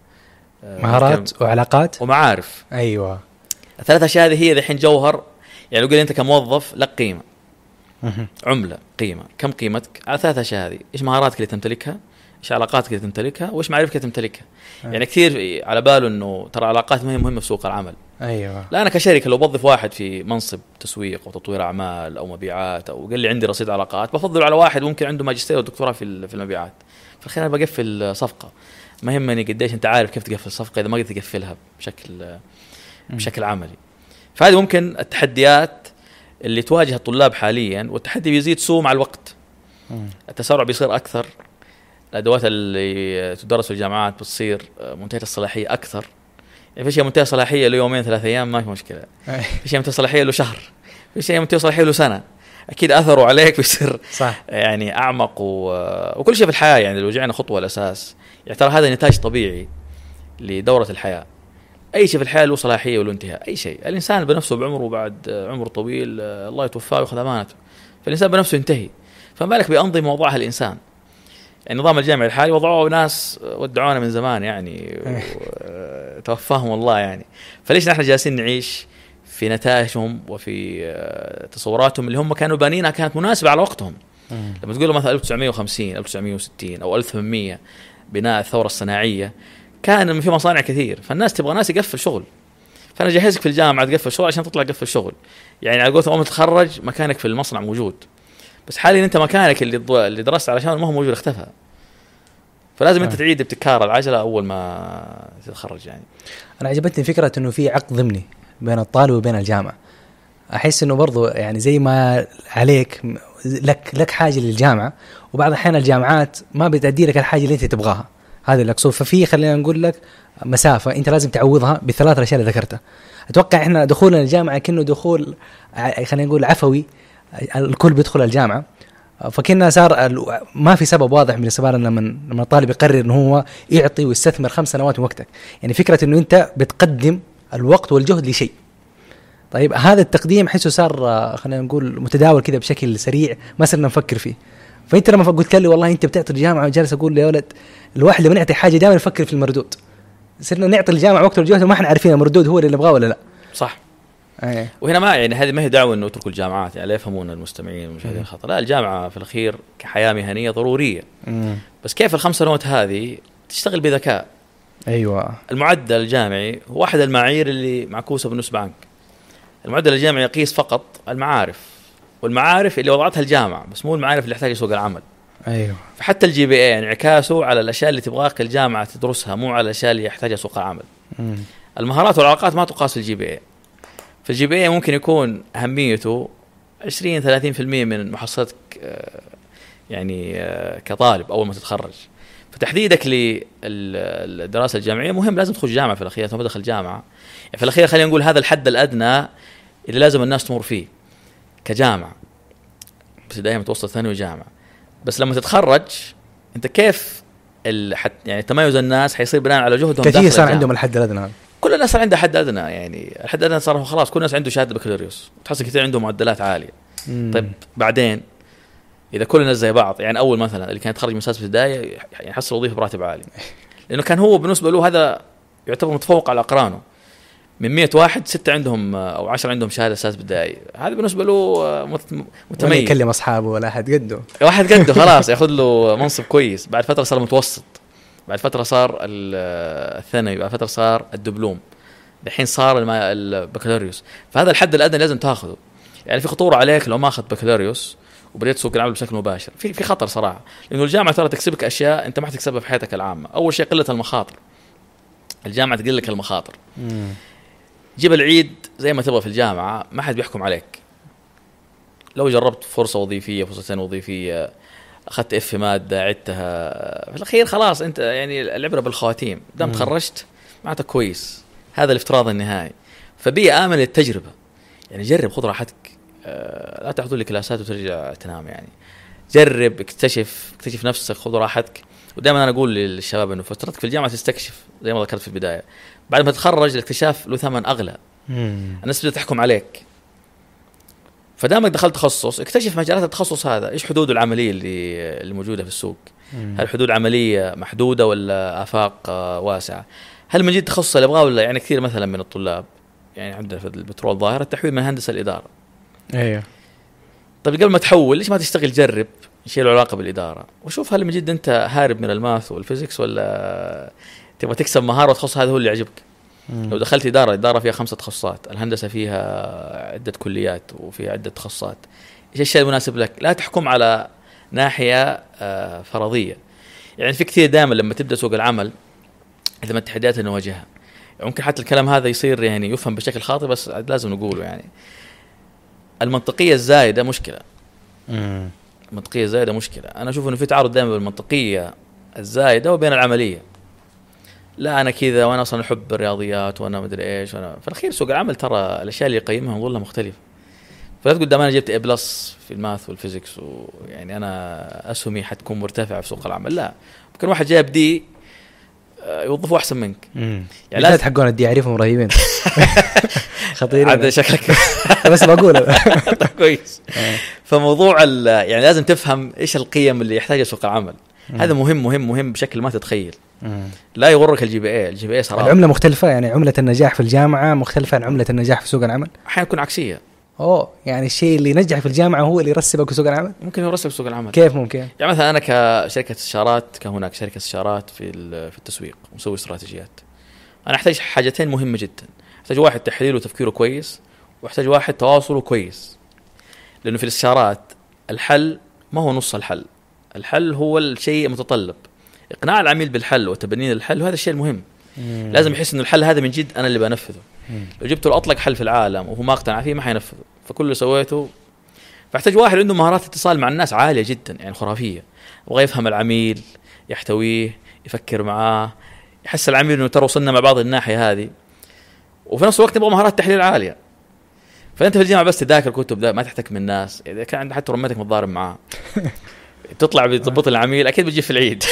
مهارات وعلاقات ومعارف. ايوه، الثلاث اشياء هذه هي الحين جوهر. يعني لو قلت انت كموظف لك قيمه، عمله، قيمه، كم قيمتك على ثلاث اشياء هذه؟ ايش مهاراتك اللي تمتلكها، ايش علاقاتك اللي تمتلكها، وايش معرفتك اللي تمتلكها. أيوة. يعني كثير على باله انه ترى علاقات مهمه مهمه في سوق العمل. ايوه، لا، انا كشركه لو بوظف واحد في منصب تسويق او تطوير اعمال او مبيعات او قال لي عندي رصيد علاقات، بفضل على واحد ممكن عنده ماجستير ودكتوراه في في المبيعات. في الخير انا بقفل صفقه، ما يهمني قديش انت عارف كيف تقفل الصفقه اذا ما قدرت تقفلها بشكل بشكل عملي. فهذه ممكن التحديات اللي تواجه الطلاب حاليا، والتحدي بيزيد سوء مع الوقت. التسارع بيصير اكثر، الادوات اللي تدرس في الجامعات بتصير منتهيه الصلاحيه اكثر. يعني في شيء منتهي صلاحيه له يومين ثلاث ايام ما في مشكله، في شيء منتهي صلاحيه له شهر، في شيء منتهي صلاحيه له سنه، اكيد اثره عليك بيصير صح. يعني اعمق و... وكل شيء في الحياه. يعني لو رجعنا خطوه الاساس، يعني ترى هذا نتاج طبيعي لدوره الحياه. اي شيء في الحياه له صلاحيه وله انتهاء. اي شيء الانسان بنفسه بعمره بعد عمر طويل الله يتوفاه وياخذ امانته، فالانسان بنفسه ينتهي، فما بالك بانظمه وضعها الانسان. يعني نظام الجامعي الحالي وضعوه ناس ودعونا من زمان يعني توفاهم الله يعني. فليش نحن جالسين نعيش في نتائجهم وفي تصوراتهم اللي هم كانوا بانينها كانت مناسبة على وقتهم. لما تقول مثلا ألف وتسعمية وخمسين ألف وتسعمية وستين أو ألف وثمانمية بناء الثورة الصناعية، كان في مصانع كثير، فالناس تبغى ناس يقفل شغل، فأنا جهزك في الجامعة تقفل شغل عشان تطلع تقفل شغل. يعني على قولتهم أول ما تتخرج مكانك في المصنع موجود، بس حاليا انت مكانك اللي اللي درست علشان ما هو موجود اختفى، فلازم آه. انت تعيد ابتكار العجله اول ما تتخرج. يعني انا عجبتني فكره انه في عقد ضمني بين الطالب وبين الجامعه. احس انه برضو يعني زي ما عليك لك لك حاجه للجامعه، وبعض الاحيان الجامعات ما بتأدي لك الحاجه اللي انت تبغاها، هذا اللي اقصده. ففي خلينا نقول لك مسافه انت لازم تعوضها بالثلاث اشياء اللي ذكرتها. اتوقع احنا دخولنا الجامعه كأنه دخول خلينا نقول عفوي، الكل بيدخل الجامعة، فكنا صار ما في سبب واضح من السبب لما لما الطالب يقرر انه هو يعطي ويستثمر خمس سنوات من وقتك. يعني فكرة انه انت بتقدم الوقت والجهد لشيء. طيب هذا التقديم حسه صار خلينا نقول متداول كده بشكل سريع، ما صرنا نفكر فيه. فانت لما قلت لي والله انت بتعطي الجامعة، وجالس اقول لي يا ولد الواحد لما نعطي حاجة دائما نفكر في المردود. صرنا نعطي الجامعة وقت والجهد وما احنا عارفين المردود هو اللي نبغاه ولا لا. صح. أيه. وهنا ما يعني هذه ما هي دعوة انه اتركوا الجامعات، يعني لا يفهمون المستمعين والمشاهدين خطأ. لا، الجامعة في الأخير كحياة مهنية ضرورية. مم. بس كيف الخمس سنوات هذه تشتغل بذكاء. أيوة. المعدل الجامعي هو واحد المعايير اللي معكوسة بالنسبة عنك. المعدل الجامعي يقيس فقط المعارف، والمعارف اللي وضعتها الجامعة، بس مو المعارف اللي يحتاجها سوق العمل. أيوة. فحتى الجي بي اي انعكاسه على الأشياء اللي تبغاك الجامعة تدرسها، مو على الأشياء اللي يحتاجها سوق العمل. مم. المهارات والعلاقات ما تقاس في الجي بي اي. في الجي بي اي ممكن يكون أهميته عشرين ثلاثين بالمئة من محصلتك يعني كطالب أول ما تتخرج. فتحديدك للدراسة الجامعية مهم، لازم تخش جامعة في الأخير ثم تدخل جامعة. يعني في الأخير خلينا نقول هذا الحد الأدنى اللي لازم الناس تمر فيه كجامعة، ابتدائية متوسط ثانوي جامعة. بس لما تتخرج أنت كيف يعني تميز الناس حيصير بناء على جهدهم. كثير صار عندهم الحد الأدنى، كل الناس صار عندها حد أدنى. يعني الحد الأدنى صار خلاص كل الناس عنده شهادة بكالوريوس، تحس كثير عندهم معدلات عالية. مم. طيب بعدين إذا كل الناس زي بعض، يعني أول مثلا اللي كان يتخرج من سادس ابتدائي يعني حصل وظيفة براتب عالي، لأنه كان هو بالنسبة له هذا يعتبر متفوق على أقرانه. من مئة واحد ستة عندهم أو عشرة عندهم شهادة سادس ابتدائي، هذا بالنسبة له متميز. ولا يكلم أصحابه ولا أحد قده، واحد قده خلاص يأخذ له منصب كويس. بعد فترة صار متوسط، بعد فترة صار الثانوي، بعد فترة صار الدبلوم، الحين صار البكالوريوس. فهذا الحد الأدنى لازم تأخذه. يعني في خطورة عليك لو ما أخذت بكالوريوس وبديت سوق العمل بشكل مباشر، في في خطر صراحة، لأنه الجامعة ترى تكسبك أشياء أنت ما حتكسبها في حياتك العامة. أول شيء قلة المخاطر، الجامعة تقل لك المخاطر. مم. جيب العيد زي ما تبغى في الجامعة، ما حد بيحكم عليك. لو جربت فرصة وظيفية فرصتين وظيفية اخذت اف ماده عدتها في الاخير خلاص انت يعني العبره بالخواتيم دام تخرجت معناته كويس. هذا الافتراض النهائي. فبي امن التجربه يعني جرب خذ راحتك أه لا تحضر لي كلاسات وترجع تنام يعني جرب اكتشف اكتشف نفسك خذ راحتك. ودائما انا اقول للشباب انه فترتك في الجامعه تستكشف زي ما ذكرت في البدايه. بعد ما تتخرج الاكتشاف له ثمن اغلى. الناس بدها تحكم عليك. فدامك دخلت تخصص اكتشف مجالات التخصص هذا ايش حدوده العمليه اللي اللي موجوده في السوق. مم. هل حدود عمليه محدوده ولا افاق واسعه؟ هل من جد التخصص اللي ابغاه ولا يعني كثير مثلا من الطلاب يعني عندنا في البترول ظاهره التحويل من هندسه الاداره. ايوه طيب قبل ما تحول ليش ما تشتغل جرب شيء له علاقه بالاداره وشوف هل من جد انت هارب من الماث والفيزيكس ولا تبغى تكسب مهاره وتخصص هذا هو اللي يعجبك. مم. لو دخلت اداره اداره فيها خمسه تخصصات الهندسه فيها عده كليات وفيها عده تخصصات ايش الشيء المناسب لك. لا تحكم على ناحيه فرضيه يعني في كثير دائما لما تبدا سوق العمل اذا ما التحديات اللي نواجهها ممكن حتى الكلام هذا يصير يعني يفهم بشكل خاطئ بس لازم نقوله يعني المنطقيه الزايده مشكله. مم. المنطقيه الزايده مشكله. انا اشوف انه في تعارض دائما بين المنطقيه الزايده وبين العمليه. لا انا كذا وانا اصلا احب الرياضيات وانا ما ادري ايش وانا في الاخير سوق العمل ترى الاشياء اللي يقيمها نظلها مختلفه. فلا تقول دام انا جبت اي بلس في الماث والفيزيكس ويعني انا اسهمي حتكون مرتفعه في سوق العمل. لا ممكن واحد جايب دي يوظفه احسن منك. امم يعني لا حقون الدي يعرفهم رهيبين خطيرين هذا شكلك بس بقول كويس. فموضوع يعني لازم تفهم ايش القيم اللي يحتاجها سوق العمل. هذا مهم مهم مهم بشكل ما تتخيل. مم. لا يغرك الجي بي اي. الجي بي اي صراحه العمله مختلفه يعني عمله النجاح في الجامعه مختلفه عن عمله النجاح في سوق العمل. احيانا تكون عكسيه. اوه يعني الشيء اللي ينجح في الجامعه هو اللي يرسبك في سوق العمل. ممكن يرسبك في سوق العمل. كيف ممكن؟ يعني مثلا انا كشركه استشارات كهناك شركه استشارات في في التسويق ومسوي استراتيجيات. انا احتاج حاجتين مهمه جدا. احتاج واحد تحليله وتفكيره كويس واحتاج واحد تواصله كويس. لانه في الاستشارات الحل ما هو نص الحل. الحل هو الشيء المتطلب. اقناع العميل بالحل وتبنين الحل وهذا الشيء المهم. مم. لازم يحس انه الحل هذا من جد انا اللي بنفذه. مم. لو جبت له اطلق حل في العالم وهو ما اقتنع فيه ما حينفذه. فكل اللي سويته فاحتاج واحد عنده مهارات اتصال مع الناس عاليه جدا يعني خرافيه. يبغى يفهم العميل يحتويه يفكر معاه يحس العميل انه ترى وصلنا مع بعض الناحيه هذه وفي نفس الوقت يبغى مهارات تحليل عاليه. فانت في الجامعه بس تذاكر كتب ما تحتك من الناس. اذا كان عندك حتى رمتك متضارب معاه تطلع بتضبط العميل اكيد بتجي في العيد.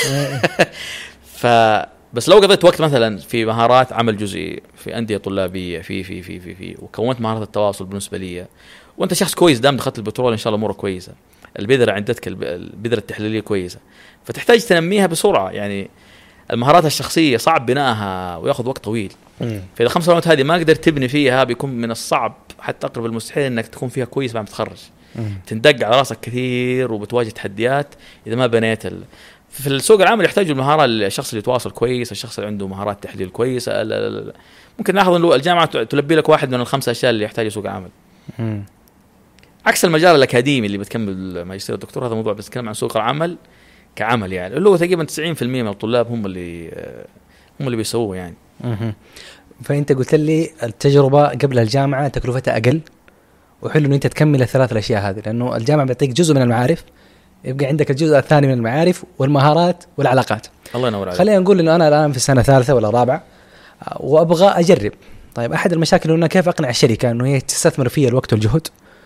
فبس لو قضيت وقت مثلا في مهارات عمل جزئي في انديه طلابيه في في في في, في وكونت مهارات التواصل بالنسبه لي وانت شخص كويس دام دخلت البترول ان شاء الله امورك كويسه البذره عندك البذره التحليليه كويسه فتحتاج تنميها بسرعه. يعني المهارات الشخصيه صعب بنائها وياخذ وقت طويل. فاذا خمس سنوات هذه ما قدرت تبني فيها بيكون من الصعب حتى اقرب المستحيل انك تكون فيها كويس بعد ما تتخرج. تندق على راسك كثير وبتواجه تحديات اذا ما بنيت ال... في السوق العمل يحتاج المهاره الشخص اللي يتواصل كويس الشخص اللي عنده مهارات تحليل كويسه. ال... ال... ممكن ناخذ انه الجامعه تلبي لك واحد من الخمسه اشياء اللي يحتاجها سوق العمل. مم. عكس المجال الاكاديمي اللي بتكمل ماجستير الدكتور هذا موضوع بتتكلم عن سوق العمل كعمل يعني اللي هو تقريبا تسعين بالمئة من الطلاب هم اللي هم اللي بيسووه يعني. مم. فانت قلت لي التجربه قبل الجامعه تكلفتها اقل وحلو ان انت تكمل الثلاث الاشياء هذه لانه الجامعه بيعطيك جزء من المعارف يبقى عندك الجزء الثاني من المعارف والمهارات والعلاقات. الله ينور عليك. خلينا نقول انه انا الان في السنه الثالثه ولا رابعه وابغى اجرب. طيب احد المشاكل انه كيف اقنع الشركه انه هي تستثمر فيا الوقت والجهد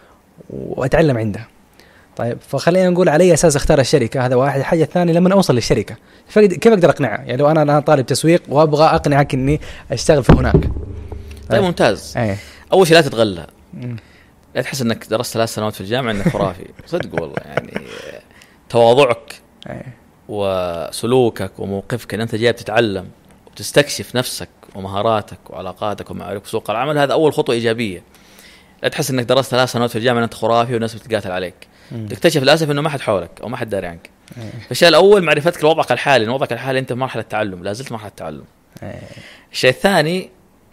واتعلم عندها. طيب فخلينا نقول على اي اساس اختار الشركه هذا واحد. الحاجه الثانيه لما اوصل للشركه كيف اقدر اقنعها يعني لو انا الان طالب تسويق وابغى اقنعك اني اشتغل في هناك. طيب, طيب ممتاز. أيه. اول شيء لا تتغلى. لا تحس انك درست ثلاث سنوات في الجامعه انك خرافي. صدق والله يعني تواضعك أيه. وسلوكك وموقفك ان انت جاي بتتعلم وتستكشف نفسك ومهاراتك وعلاقاتك ومعارفك في سوق العمل هذا اول خطوه ايجابيه. لا تحس انك درست ثلاث سنوات في الجامعه انت خرافي والناس بتقاتل عليك. مم. تكتشف للاسف انه ما حد حولك او ما حد داري عنك. أيه. فالشيء الاول معرفتك لوضعك الحالي. وضعك الحالي انت في مرحله تعلم لا زلت مرحله تعلم. أيه. الشيء الثاني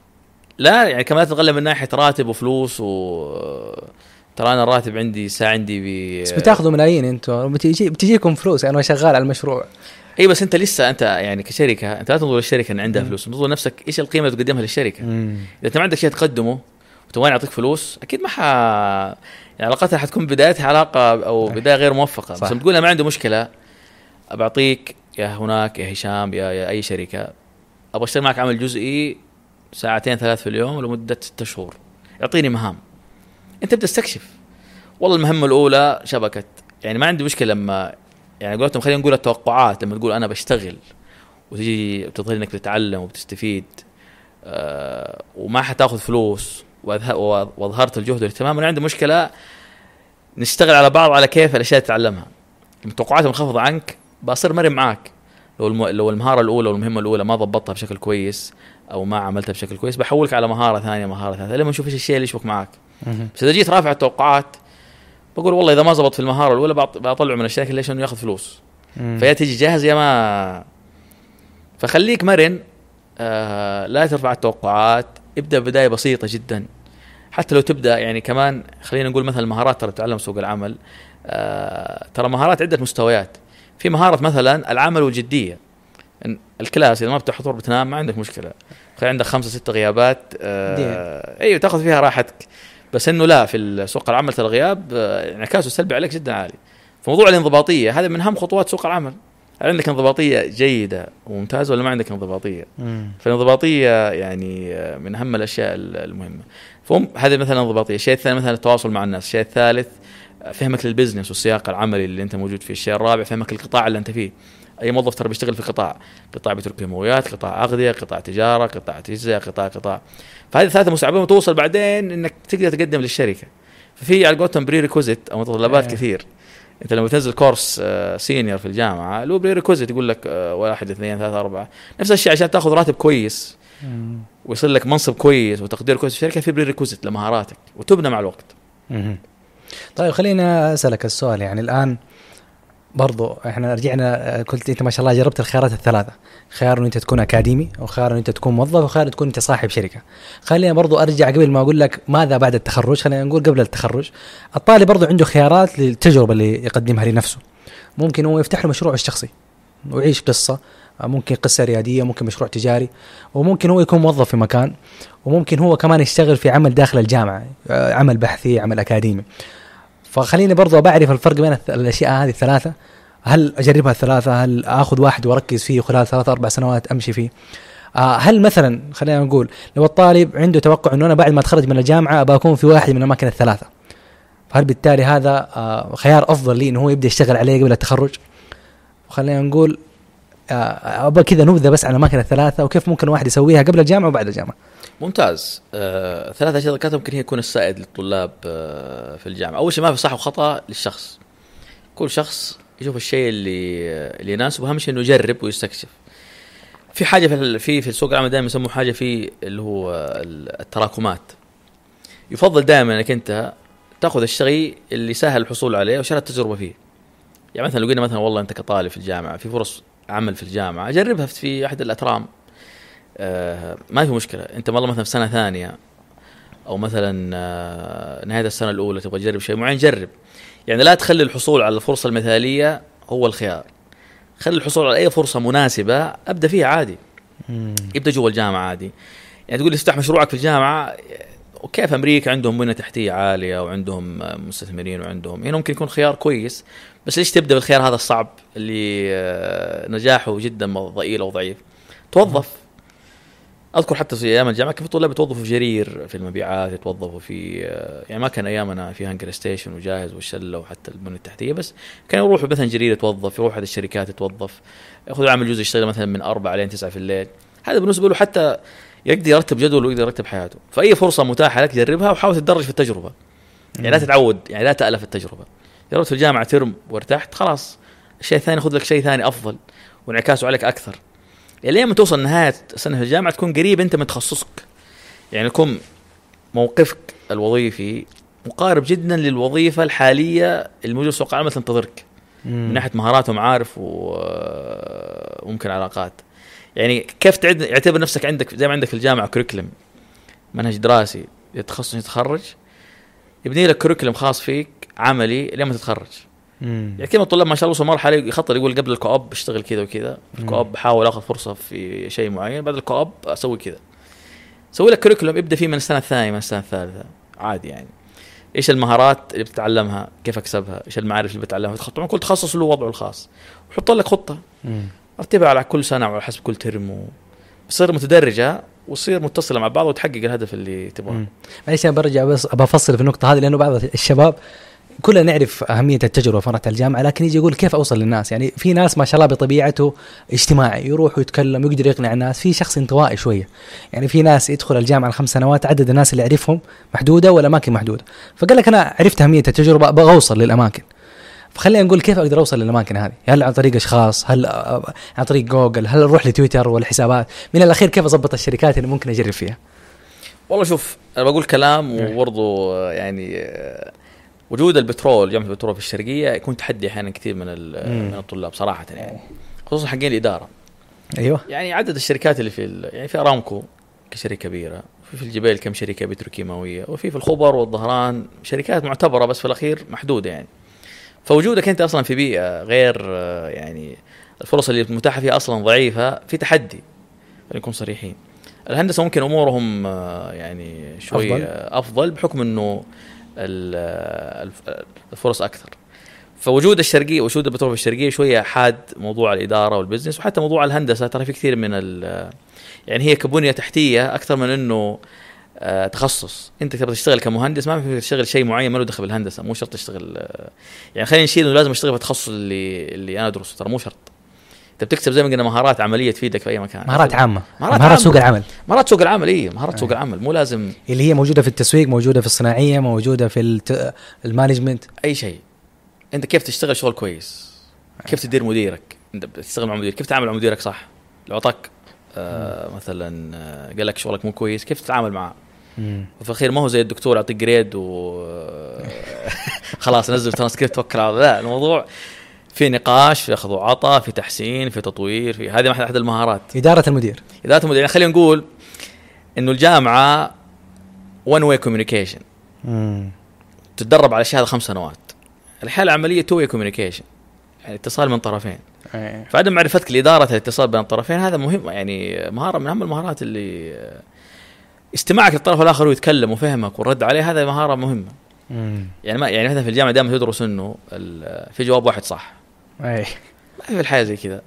لا يعني كمان تتغلب من ناحيه راتب وفلوس و ترى انا الراتب عندي ساعه عندي ب بس بتاخذوا ملايين انتوا بتجي بتجيكم فلوس انا يعني شغال على المشروع. اي بس انت لسه انت يعني كشركه انت لا تنظر للشركه ان عندها فلوس تنظر نفسك ايش القيمه اللي تقدمها للشركه. مم. اذا انت ما عندك شيء تقدمه وتبغاني اعطيك فلوس، اكيد ما ح يعني علاقتها حتكون بدايتها علاقه او بدايه غير موفقه. صح. بس تقول انا ما عندي مشكله بعطيك يا هناك يا هشام يا, يا اي شركه، ابغى اشتغل معك عمل جزئي ساعتين ثلاث في اليوم لمده ستة شهور، اعطيني مهام. انت بدك تستكشف. والله المهمه الاولى شبكه، يعني ما عندي مشكله لما يعني قلتهم خلينا نقول التوقعات، لما تقول انا بشتغل وتجي بتظهر انك بتتعلم وبتستفيد أه وما حتاخذ فلوس واظهرت الجهد والاهتمام، انا عندي مشكله نشتغل على بعض على كيف الاشياء اللي تتعلمها. التوقعات منخفضه عنك بصير مرن معك. لو الم... لو المهاره الاولى والمهمه الاولى ما ضبطتها بشكل كويس او ما عملتها بشكل كويس، بحولك على مهاره ثانيه مهاره ثالثه لما نشوف ايش الشيء اللي يشبك معك. بس اذا جيت رافع التوقعات بقول والله اذا ما زبط في المهاره الاولى بطلعه من الشركه ليش؟ انه ياخذ فلوس. فيا تيجي جاهز يا ما. فخليك مرن، آه لا ترفع التوقعات، ابدا بدايه بسيطه جدا. حتى لو تبدا يعني كمان خلينا نقول مثلا المهارات ترى تتعلم سوق العمل، آه ترى مهارات عده مستويات. في مهاره مثلا العمل والجديه، الكلاس اذا ما بتحضر بتنام ما عندك مشكله، خلي عندك خمسة ستة غيابات آه ايوه تاخذ فيها راحتك. بس انه لا، في سوق العمل ترى الغياب انعكاسه السلبي عليك جدا عالي. فموضوع الانضباطيه هذا من اهم خطوات سوق العمل. هل عندك انضباطيه جيده وممتازه ولا ما عندك انضباطيه؟ فالانضباطيه يعني من اهم الاشياء المهمه. فهم هذا مثلا انضباطيه. الشيء الثاني مثلا التواصل مع الناس. الشيء الثالث فهمك للبزنس والسياق العملي اللي انت موجود فيه. الشيء الرابع فهمك القطاع اللي انت فيه. اي موظف ترى بيشتغل في قطاع، قطاع بترك كيماويات، قطاع اغذيه، قطاع تجاره، قطاع تجزئه، قطاع قطاع فهذه ثلاثه مساعدين توصل بعدين انك تقدر تقدم للشركه. ففي على قولتهم بري ريكوزيت او متطلبات أيه. كثير. انت لما تنزل كورس آه سينيور في الجامعه له بري ريكوزيت يقول لك آه واحد اثنين ثلاثة أربعة، نفس الشيء عشان تاخذ راتب كويس مم. ويصير لك منصب كويس وتقدير كويس في الشركه، في بري ريكوزيت لمهاراتك وتبنى مع الوقت. مم. طيب خلينا اسالك السؤال، يعني الان برضو احنا رجعنا، قلت انت ما شاء الله جربت الخيارات الثلاثه، خيار انه انت تكون اكاديمي، وخيار انه انت تكون موظف، وخيار تكون انت صاحب شركه. خلينا برضو ارجع قبل ما اقول لك ماذا بعد التخرج، خلينا نقول قبل التخرج الطالب برضو عنده خيارات للتجربه اللي يقدمها لنفسه. ممكن هو يفتح له مشروع الشخصي ويعيش قصه، ممكن قصه رياديه، ممكن مشروع تجاري، وممكن هو يكون موظف في مكان، وممكن هو كمان يشتغل في عمل داخل الجامعه، عمل بحثي، عمل اكاديمي. فخليني برضو بعرف الفرق بين الاشياء هذه الثلاثه. هل اجربها الثلاثه؟ هل اخذ واحد واركز فيه خلال ثلاث اربع سنوات امشي فيه؟ آه هل مثلا خلينا نقول لو الطالب عنده توقع انه انا بعد ما اتخرج من الجامعه ابى اكون في واحد من الاماكن الثلاثه، فهل بالتالي هذا آه خيار افضل لي انه هو يبدا يشتغل عليه قبل التخرج؟ خلينا نقول آه ابى كذا نبذه بس عن الاماكن الثلاثه وكيف ممكن الواحد يسويها قبل الجامعه وبعد الجامعه. ممتاز. آه، ثلاثة أشياء ذكرتهم ممكن هي يكون السائد للطلاب آه، في الجامعة. أول شيء ما في صح وخطأ للشخص، كل شخص يشوف الشيء اللي اللي يناسبه، أهم شيء إنه يجرب ويستكشف. في حاجة في في في السوق العمل دائما يسموه حاجة في اللي هو التراكمات. يفضل دائما إنك أنت تأخذ الشيء اللي سهل الحصول عليه وشرط التجربة فيه. يعني مثلا لو قلنا مثلا والله أنت كطالب في الجامعة في فرص عمل في الجامعة، جربها في أحد الأترام. آه ما في مشكلة. أنت والله مثلا في سنة ثانية أو مثلا آه نهاية السنة الأولى تبغى تجرب شيء معين، جرب. يعني لا تخلي الحصول على الفرصة المثالية هو الخيار، خلي الحصول على أي فرصة مناسبة أبدأ فيها عادي. مم. يبدأ جوا الجامعة عادي. يعني تقول لي افتح مشروعك في الجامعة، وكيف أمريكا عندهم بنية تحتية عالية وعندهم مستثمرين وعندهم هنا ممكن يكون خيار كويس، بس ليش تبدأ بالخيار هذا الصعب اللي آه نجاحه جدا ضئيل أو ضعيف؟ توظف. أذكر حتى في أيام الجامعة كيف الطلاب يتوظفوا في جرير في المبيعات، يتوظفوا في يعني ما كان أيامنا في هانجر ستيشن وجاهز والشلة وحتى البنية التحتية، بس كانوا يروحوا مثلا جرير يتوظف، يروح هذه الشركات يتوظف، يأخذوا عمل جزء يشتغل مثلا من أربعة لين تسعة في الليل. هذا بالنسبة له حتى يقدر يرتب جدول ويقدر يرتب حياته. فأي فرصة متاحة لك جربها وحاول تتدرج في التجربة. يعني لا تتعود، يعني لا تألف التجربة. جربت في الجامعة ترم وارتحت، خلاص الشيء الثاني خذ لك شيء ثاني أفضل وانعكاسه عليك أكثر. يعني لما توصل نهاية سنة في الجامعة تكون قريب أنت من تخصصك، يعني يكون موقفك الوظيفي مقارب جدا للوظيفة الحالية الموجودة في سوق العمل تنتظرك من ناحية مهارات ومعارف وممكن علاقات. يعني كيف تعد يعتبر نفسك عندك زي ما عندك في الجامعة كوريكولم، منهج دراسي للتخصص يتخرج، يبني لك كوريكولم خاص فيك عملي لما تتخرج. مم. يعني كم الطلاب ما شاء الله وصل مرحله يخطط يقول قبل الكواب بشتغل كذا وكذا، الكواب بحاول اخذ فرصه في شيء معين، بعد الكواب اسوي كذا. سوي لك كوريكولوم ابدا فيه من السنه الثانيه من السنه الثالثه عادي يعني. ايش المهارات اللي بتتعلمها، كيف اكسبها، ايش المعارف اللي بتعلمها، طبعا كل تخصص له وضعه الخاص، وحط لك خطه ارتبها على كل سنه وعلى حسب كل ترم، وتصير متدرجه وتصير متصله مع بعض وتحقق الهدف اللي تبغاه. معلش انا برجع بس ابى افصل في النقطه هذه، لانه بعض الشباب كلنا نعرف أهمية التجربة في الجامعة، لكن يجي يقول كيف أوصل للناس. يعني في ناس ما شاء الله بطبيعته اجتماعي، يروح ويتكلم ويقدر يقنع الناس. في شخص انطوائي شوية، يعني في ناس يدخل الجامعة الخمس سنوات عدد الناس اللي يعرفهم محدودة والأماكن محدودة، فقال لك أنا عرفت أهمية التجربة أبغى أوصل للأماكن. فخلينا نقول كيف أقدر أوصل للأماكن هذه؟ هل عن طريق أشخاص؟ هل عن طريق جوجل؟ هل أروح لتويتر والحسابات؟ من الأخير كيف أضبط الشركات اللي ممكن أجرب فيها؟ والله شوف أنا بقول كلام وبرضو يعني وجود البترول جامعة البترول في الشرقية يكون تحدي أحيانا كثير من من الطلاب صراحة يعني، خصوصا حقين الإدارة. أيوة يعني عدد الشركات اللي في يعني في أرامكو كشركة كبيرة، وفي في الجبال كم شركة بتروكيماوية، وفي في الخبر والظهران شركات معتبرة بس في الأخير محدودة يعني. فوجودك أنت أصلا في بيئة غير يعني الفرص اللي متاحة فيها أصلا ضعيفة، في تحدي. نكون صريحين، الهندسة ممكن أمورهم يعني شوي أفضل, أفضل بحكم أنه الفرص أكثر. فوجود الشرقية وجود البترول في الشرقية شوية حاد موضوع الإدارة والبزنس، وحتى موضوع الهندسة ترى في كثير من يعني هي كبنية تحتية أكثر من إنه تخصص. أنت تبغى تشتغل كمهندس ما في تشتغل شيء معين ما له دخل بالهندسة، مو شرط تشتغل يعني خلينا نشيل إنه لازم أشتغل في التخصص اللي اللي أنا أدرسه، ترى مو شرط. أنت بتكسب زي ما قلنا مهارات عملية تفيدك في أي مكان، مهارات عامة، مهارات, مهارات سوق العمل، مهارات سوق العمل إيه مهارات سوق العمل مو لازم اللي هي موجودة في التسويق، موجودة في الصناعية، موجودة في المانجمنت، أي شيء. أنت كيف تشتغل شغل كويس، كيف تدير مديرك، أنت بتشتغل مع مدير كيف تعامل مع مديرك صح، لو أعطاك آه مثلا آه قال لك شغلك مو كويس كيف تتعامل معه. وفي الأخير ما هو زي الدكتور يعطيك جريد و خلاص نزل ترانسكريبت توكل على لا، الموضوع في نقاش، في أخذ وعطاء، في تحسين، في تطوير، في هذه أحد المهارات. إدارة المدير إدارة المدير يعني خلينا نقول إنه الجامعة one way communication، تتدرب على الشيء هذا خمس سنوات. الحالة العملية two way communication يعني اتصال من طرفين. أيه. فعدم معرفتك لإدارة الاتصال بين الطرفين هذا مهم، يعني مهارة من أهم المهارات اللي استماعك للطرف الآخر ويتكلم وفهمك والرد عليه، هذا مهارة مهمة. مم. يعني ما يعني مثلا في الجامعة دائما تدرس إنه في جواب واحد صح. أي. ما في الحياة زي كذا.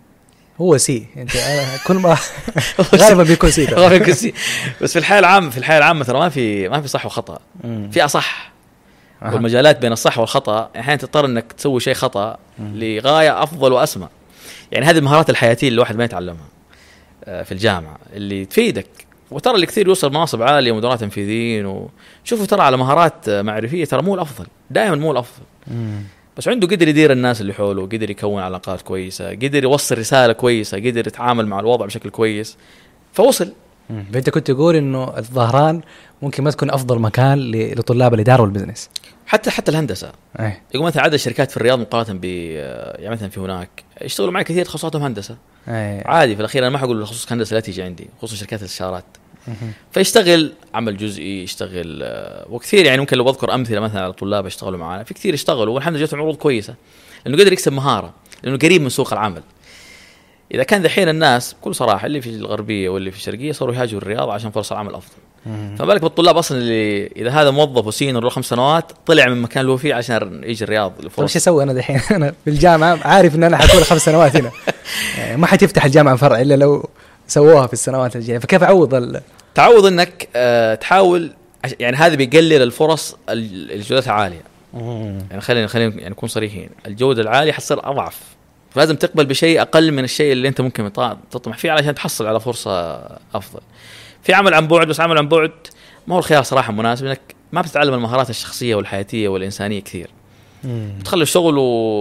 هو سي أنت كل ما غالبا بيكون سي. غالبا بيكون سي. بس في الحياة العامة في الحياة العامة ترى ما في ما في صح وخطأ. مم. في أصح. أه. والمجالات بين الصح والخطأ أحيانا تضطر إنك تسوي شيء خطأ مم. لغاية أفضل وأسمى. يعني هذه المهارات الحياتية اللي الواحد ما يتعلمها في الجامعة اللي تفيدك. وترى اللي كثير يوصل مناصب عالية ومدراء تنفيذيين وشوفوا ترى على مهارات معرفية ترى مو الأفضل دائما مو الأفضل. مم. بس عنده قدر يدير الناس اللي حوله، قدر يكون علاقات كويسة، قدر يوصل رسالة كويسة، قدر يتعامل مع الوضع بشكل كويس فوصل. فأنت كنت تقول إنه الظهران ممكن ما تكون أفضل مكان لطلاب الإدارة والبزنس. حتى حتى الهندسة. أيه. يقول مثلا عدد الشركات في الرياض مقارنة ب يعني مثلا في هناك يشتغلوا معي كثير تخصصاتهم هندسة. أيه. عادي في الأخير أنا ما حقول تخصص هندسة لا تيجي عندي، خصوصا شركات الاستشارات. فيشتغل عمل جزئي، يشتغل وكثير يعني ممكن لو بذكر أمثلة مثلا على طلاب اشتغلوا معنا في كثير اشتغلوا والحمد لله جاتهم عروض كويسة لأنه قدر يكسب مهارة، لأنه قريب من سوق العمل. إذا كان دحين الناس بكل صراحة اللي في الغربية واللي في الشرقية صاروا يهاجروا الرياض عشان فرص العمل أفضل. فما بالك بالطلاب أصلا اللي إذا هذا موظف وسينيور له خمس سنوات طلع من مكان له فيه عشان يجي الرياض الفرص. طيب شو أسوي أنا دحين؟ أنا في الجامعة عارف إن أنا حكون خمس سنوات هنا ما حتفتح الجامعة فرع إلا لو سووها في السنوات الجاية. فكيف أعوض ال... تعوض إنك أه تحاول يعني هذا بيقلل الفرص الجودة عالية. يعني خلينا خلينا يعني نكون صريحين، الجودة العالية حتصير أضعف، فلازم تقبل بشيء أقل من الشيء اللي أنت ممكن تطمح فيه علشان تحصل على فرصة أفضل. في عمل عن بعد، بس عمل عن بعد ما هو الخيار صراحة مناسب، إنك ما بتتعلم المهارات الشخصية والحياتية والإنسانية كثير. بتخلي الشغل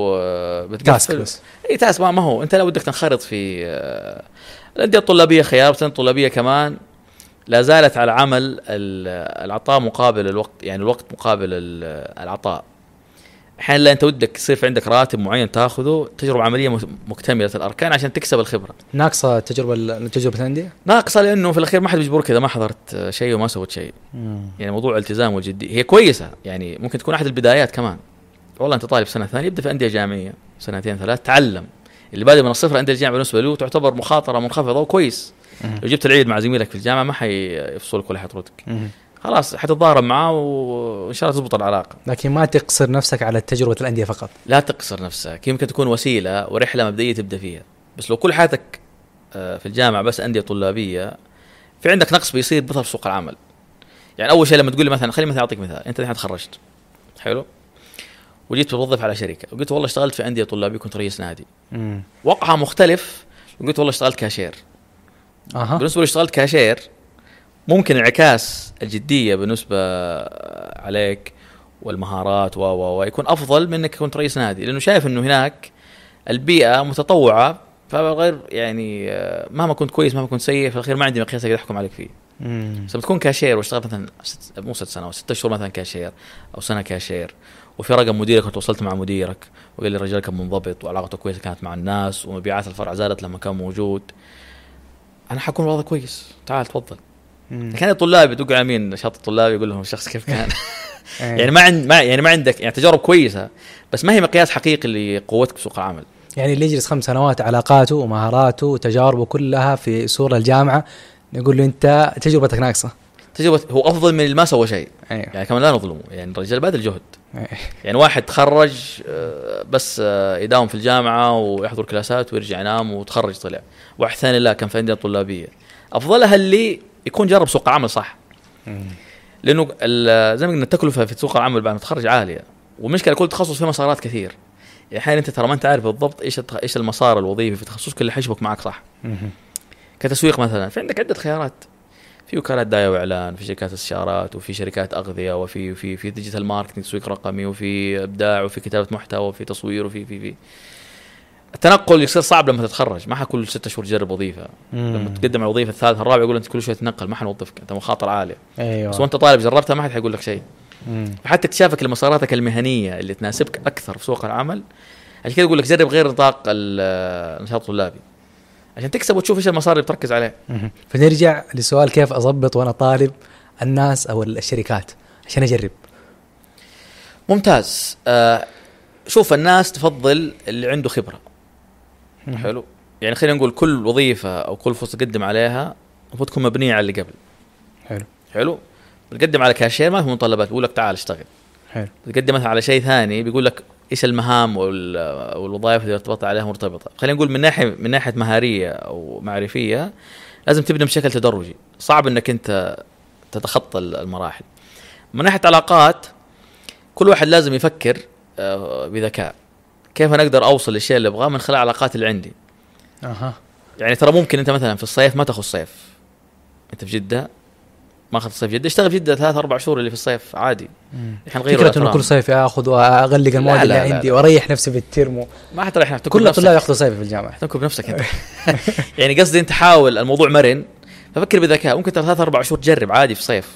وبتقفل أي تاسك ما هو أنت لو بدك تنخرط في الأندية الطلابية خيار، بس الطلابية كمان لا زالت على عمل العطاء مقابل الوقت، يعني الوقت مقابل العطاء. أحيانا لا أنت ودك يصير في عندك راتب معين تأخذه، تجربة عملية مكتملة الأركان عشان تكسب الخبرة. ناقصة تجربة تجربة الأندية؟ ناقصة لأنه في الأخير ما حد بيجبرك إذا ما حضرت شيء وما سويت شيء. يعني موضوع الالتزام والجدية هي كويسة، يعني ممكن تكون أحد البدايات كمان. والله أنت طالب سنة ثانية يبدأ في أندية جامعية سنتين ثلاث تعلم، اللي بادئ من الصفر أندية الجامعة بالنسبة له تعتبر مخاطرة منخفضة وكويس. لو جبت العيد مع زميلك في الجامعه ما حيفصلك ولا حيطردك، خلاص حتتضارب معاه وان شاء الله تضبط العلاقه. لكن ما تقصر نفسك على تجربه الانديه فقط. لا تقصر نفسك، يمكن تكون وسيله ورحله مبدئيه تبدا فيها، بس لو كل حياتك في الجامعه بس انديه طلابيه في عندك نقص بيصير بطل في سوق العمل. يعني اول شيء لما تقول لي مثلا، خليني مثلا اعطيك مثال، انت الحين تخرجت حلو وجيت توظف على شركه وقلت والله اشتغلت في انديه طلابيه كنت رئيس نادي، امم وقعها مختلف وقلت والله اشتغلت كاشير. اها بالنسبه لي اشتغلت كاشير ممكن انعكاس الجديه بالنسبه عليك والمهارات و و يكون افضل من انك كنت رئيس نادي، لانه شايف انه هناك البيئه متطوعه، فغير يعني مهما كنت كويس مهما كنت سيء في الاخير ما عندي مقياس اقدر احكم عليك فيه. امم بس بتكون كاشير واشتغلت مثلا ست مو ست سنوات ست شهور مثلا كاشير او سنه كاشير، وفي رقم مديرك وتوصلت مع مديرك وقال لي الرجال كان منضبط وعلاقته كويسه كانت مع الناس ومبيعات الفرع زادت لما كان موجود، انا حكون وضعه كويس تعال تفضل. كان الطلاب يدقوا على مين نشاط الطلاب يقول لهم الشخص كيف كان يعني ما عند ما يعني ما عندك يعني تجارب كويسه بس ما هي مقياس حقيقي لقوتك بسوق العمل. يعني اللي يجلس خمس سنوات علاقاته ومهاراته وتجاربه كلها في صورة الجامعة نقول له أنت تجربتك ناقصة. تجربة هو أفضل من اللي ما سوى شيء. أيوه. يعني كمان لا نظلمه، يعني الرجال باذل جهد. أيوه. يعني واحد تخرج بس يداوم في الجامعة ويحضر كلاسات ويرجع ينام وتخرج طلع، واحد ثاني لا كان في أندية طلابية. أفضلها اللي يكون جرب سوق العمل صح. مم. لأنه زي ما قلنا التكلفة في سوق العمل بعد ما تخرج عالية، والمشكلة كل تخصص فيه مسارات كثير. يعني حين انت ترى ما انت عارف بالضبط ايش ايش المسار الوظيفي في تخصصك اللي حيشبك معك صح. كتسويق مثلا في عندك عده خيارات، في وكالات دعايه واعلان، في شركات استشارات، وفي شركات اغذيه، وفي في في ديجيتال ماركتنج تسويق رقمي، وفي ابداع، وفي كتابه محتوى، وفي تصوير، وفي في في التنقل يصير صعب لما تتخرج. ما حكل ستة شهور تجرب وظيفه. مم. لما تقدم على الوظيفه الثالثه الرابعه يقول انت كل شويه تنقل ما حنوظفك انت مخاطر عاليه. أيوة. بس وانت طالب جربتها ما حد حيقول لك شيء. وحتى اكتشافك لمساراتك المهنيه اللي تناسبك اكثر في سوق العمل، عشان كده يقول لك جرب غير نطاق النشاط الطلابي عشان تكسب وتشوف ايش المسار اللي بتركز عليه. فنرجع لسؤال كيف اضبط وانا طالب الناس او الشركات عشان اجرب. ممتاز. آه شوف الناس تفضل اللي عنده خبره. حلو. يعني خلينا نقول كل وظيفه او كل فرصه تقدم عليها المفروض تكون مبنيه على اللي قبل. حلو حلو. بتقدم على كاشير ما في متطلبات بيقول لك تعال اشتغل. حلو. بتقدم مثلا على شيء ثاني بيقول لك ايش المهام والوظائف اللي ارتبط عليها مرتبطه. خلينا نقول من ناحيه من ناحيه مهاريه او معرفيه لازم تبدا بشكل تدرجي، صعب انك انت تتخطى المراحل. من ناحيه علاقات كل واحد لازم يفكر بذكاء كيف انا اقدر اوصل للشيء اللي ابغاه من خلال العلاقات اللي عندي. اها يعني ترى ممكن انت مثلا في الصيف ما تاخذ صيف، انت في جده ما اخذ صيف جده، اشتغل في جده ثلاث اربع شهور اللي في الصيف عادي. احنا نغير فكره انه كل صيف اخذ واغلق المواد اللي عندي واريح نفسي في الترم. ما حتريح نفسك، كل الطلاب ياخذوا صيف في الجامعه، تنكب بنفسك انت. يعني قصدي انت حاول الموضوع مرن، ففكر بذكاء. ممكن ثلاث اربع شهور تجرب عادي في صيف.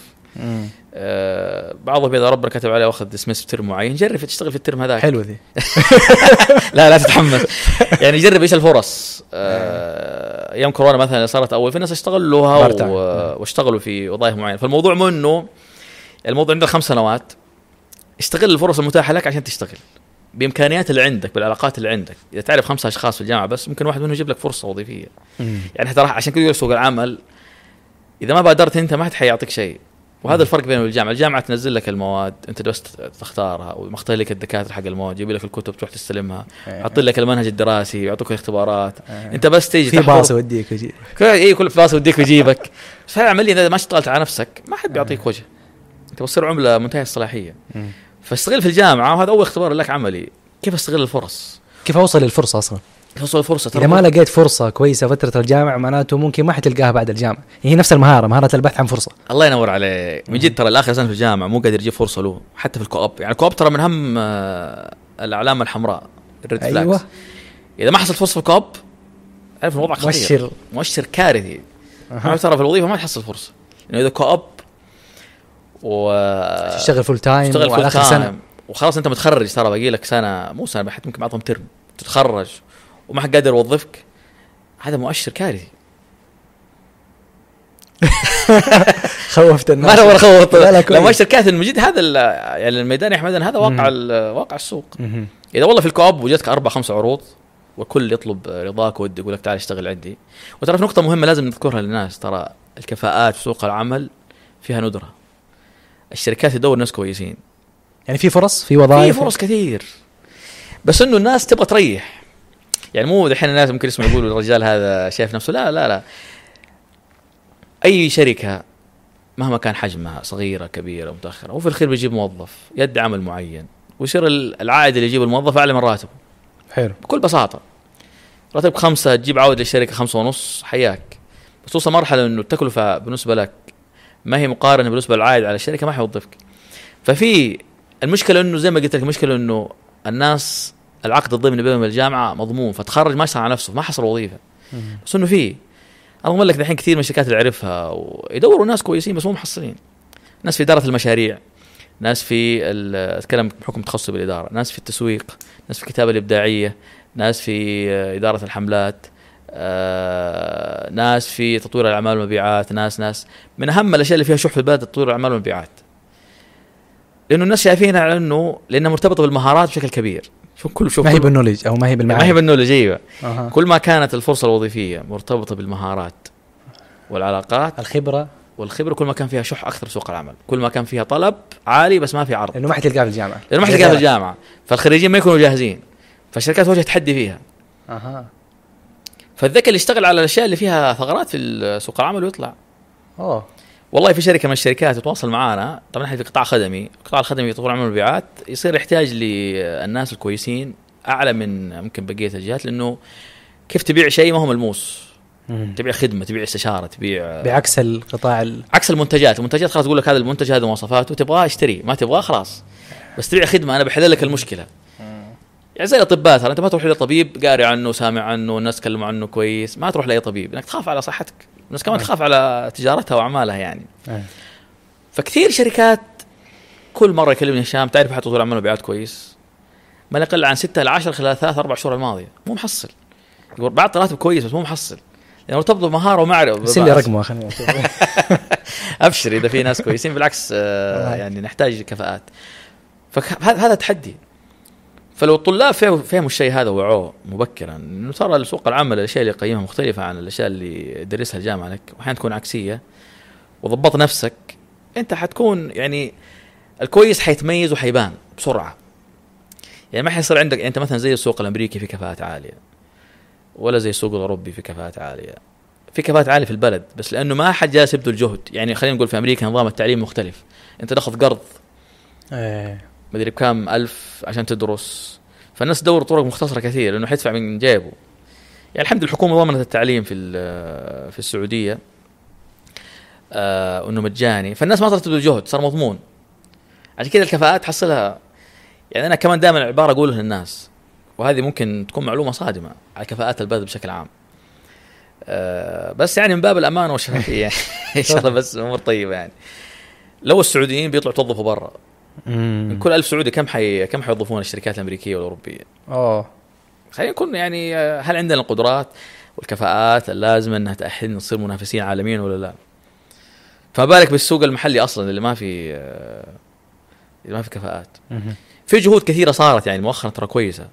آه بعضهم اذا ربنا كتب عليه واخذ دسمس في ترم معين جرب تشتغل في الترم هذاك. حلو ذي. لا لا تتحمس. يعني جرب ايش الفرص. آه ايام كورونا مثلا صارت اول في ناس اشتغلوها واشتغلوا في وظائف معينه. فالموضوع مو انه الموضوع عندك خمس سنوات اشتغل الفرص المتاحه لك عشان تشتغل بامكانيات اللي عندك بالعلاقات اللي عندك. اذا تعرف خمسة اشخاص في الجامعه بس ممكن واحد منهم يجيب لك فرصه وظيفيه. مم. يعني حتى راح عشان كذا سوق العمل اذا ما بادرت انت ما حد حيعطيك شيء. وهذا الفرق بينه والجامعه. الجامعه تنزل لك المواد انت بس تختارها ومختار لك الدكاتره حق المواد، يجيب لك الكتب تروح تستلمها، يحط لك المنهج الدراسي، يعطوك الاختبارات. انت بس تيجي في باص يوديك ويجيبك. اي كل باص يوديك ويجيبك. فعمليا اذا ما اشتغلت على نفسك ما حد بيعطيك وجه، انت بتصير عمله منتهيه الصلاحيه. فاستغل في الجامعه، وهذا اول اختبار لك عملي كيف استغل الفرص، كيف اوصل للفرصه اصلا. توصل الفرصة. إذا ما لقيت فرصة كويسة فترة الجامعة معناته ممكن ما حتلقاها بعد الجامعة. هي نفس المهارة، مهارة البحث عن فرصة. الله ينور عليك. من جد ترى الآخر سنة في الجامعة مو قادر يجيب فرصة له حتى في الكوب. يعني الكوب ترى من هم الأعلام الحمراء الريد فلاكس. أيوة. إذا ما حصل فرصة في الكوب عارف الوضع خطير، مؤشر مؤشر كارثي. أه. ترى في الوظيفة ما تحصل فرصة، لأنه إذا كوب وتشتغل فول تايم وعلى آخر سنة وخلاص أنت متخرج، ترى باقي لك سنة مو سنة حتى ممكن بعضهم ترم تتخرج وما حد قادر يوظفك، هذا مؤشر كارثي. خوفت الناس. ما انا خوفت. لا مؤشر كارثي من جد. هذا يعني الميدان يا احمد هذا واقع واقع السوق. إذا والله في الكوب وجدتك أربع خمس عروض وكل يطلب رضاك ودي يقول لك تعال اشتغل عندي. وترى في نقطة مهمة لازم نذكرها للناس، ترى الكفاءات في سوق العمل فيها ندرة. الشركات تدور ناس كويسين، يعني في فرص، في وظائف، في فرص كثير، بس انه الناس تبغى تريح. يعني مو دحين الناس ممكن يسمعوا يقولوا الرجال هذا شايف نفسه، لا لا لا. اي شركة مهما كان حجمها صغيرة كبيرة متأخرة، هو في الأخير بيجيب موظف يدي عمل معين، ويصير العائد اللي يجيب الموظف أعلى من راتبه. حلو. بكل بساطة راتب خمسة تجيب عائد للشركة خمسة ونص، حياك. بس توصل مرحلة إنه التكلفة بالنسبة لك ما هي مقارنة بالنسبة للعائد على الشركة، ما حيوظفك. ففي المشكلة إنه زي ما قلت لك، المشكلة إنه الناس العقد الضمني بينهم الجامعة مضمون، فتخرج ما يشتغل على نفسه، ما حصل وظيفة. بس إنه في أنا أقول لك الحين كثير من الشركات اللي أعرفها ويدوروا ناس كويسين بس مو محصلين. ناس في إدارة المشاريع، ناس في أتكلم بحكم تخصصي بالإدارة، ناس في التسويق، ناس في الكتابة الإبداعية، ناس في إدارة الحملات، آه، ناس في تطوير الأعمال والمبيعات، ناس ناس من أهم الأشياء اللي فيها شح في البلد تطوير الأعمال والمبيعات، لأنه الناس شايفينها على إنه لأنها مرتبطة بالمهارات بشكل كبير. شوف كل شوف ما هي بالنولج أو ما هي بالمعارف، ما هي بالنولج. أيوة. أه. كل ما كانت الفرصة الوظيفية مرتبطة بالمهارات والعلاقات الخبرة والخبرة، كل ما كان فيها شح أكثر سوق العمل، كل ما كان فيها طلب عالي بس ما في عرض، لأنه ما حتلقاه في الجامعة، لأنه ما حتلقاه في الجامعة، فالخريجين ما يكونوا جاهزين، فالشركات واجهت تحدي فيها. أها. فالذكي اللي يشتغل على الأشياء اللي فيها ثغرات في سوق العمل ويطلع. أوه. والله في شركة من الشركات تتواصل معانا، طبعا احنا في قطاع خدمي، القطاع الخدمي يطور عمل المبيعات، يصير يحتاج للناس الكويسين أعلى من ممكن بقية الجهات، لأنه كيف تبيع شيء ما هو ملموس، تبيع خدمة، تبيع استشارة، تبيع بعكس القطاع ال... عكس المنتجات. المنتجات خلاص تقول لك هذا المنتج هذا مواصفاته، تبغاه اشتري، ما تبغاه خلاص. بس تبيع خدمة، أنا بحل لك المشكلة. يعني زي الأطباء، ترى أنت ما تروح لطبيب قاري عنه سامع عنه الناس تكلموا عنه كويس، ما تروح لأي طبيب، إنك تخاف على صحتك، الناس كمان تخاف على تجارتها وأعمالها يعني. فكثير شركات كل مرة يكلمني هشام تعرف حتطور عمل مبيعات كويس، ما يقل عن ستة إلى عشرة خلال ثلاث أربع شهور الماضية، مو محصل. يقول بعد راتب كويس بس مو محصل، يعني مرتبط بمهارة ومعرفة. بس اللي رقمه خلينا أبشر إذا في ناس كويسين، بالعكس آه يعني نحتاج كفاءات. فهذا هذا تحدي. فلو الطلاب فهموا الشيء هذا وعوه مبكرا، إنه ترى سوق العمل الأشياء اللي يقيمها مختلفة عن الأشياء اللي درسها الجامعة لك، وأحيانا تكون عكسية، وضبط نفسك، أنت حتكون يعني الكويس حيتميز وحيبان بسرعة. يعني ما حيصير عندك يعني أنت مثلا زي السوق الأمريكي في كفاءات عالية، ولا زي السوق الأوروبي في كفاءات عالية. في كفاءات عالية في البلد، بس لأنه ما حد جالس يبذل الجهد. يعني خلينا نقول في أمريكا نظام التعليم مختلف، أنت تأخذ قرض ايه مدري بكام ألف عشان تدرس، فالناس تدور طرق مختصرة كثير لأنه حيدفع من جيبه. يعني الحمد لله الحكومة ضمنت التعليم في في السعودية آه انه مجاني، فالناس ما صارت تبذل جهد، صار مضمون. عشان كذا الكفاءات تحصلها. يعني أنا كمان دائما عبارة أقولها للناس، وهذه ممكن تكون معلومة صادمة على كفاءات البلد بشكل عام، آه بس يعني من باب الأمان والشفافية إن شاء الله، بس أمور طيبة. يعني لو السعوديين بيطلعوا توظفوا برا، من كل ألف سعودي كم حي كم حيوظفون الشركات الأمريكية والأوروبية؟ أوه خلينا نكون يعني هل عندنا القدرات والكفاءات اللازمة أنها تأهلنا نصير منافسين عالميا ولا لا؟ فما بالك بالسوق المحلي أصلا اللي ما في اللي ما في كفاءات. في جهود كثيرة صارت يعني مؤخرا ترى كويسة.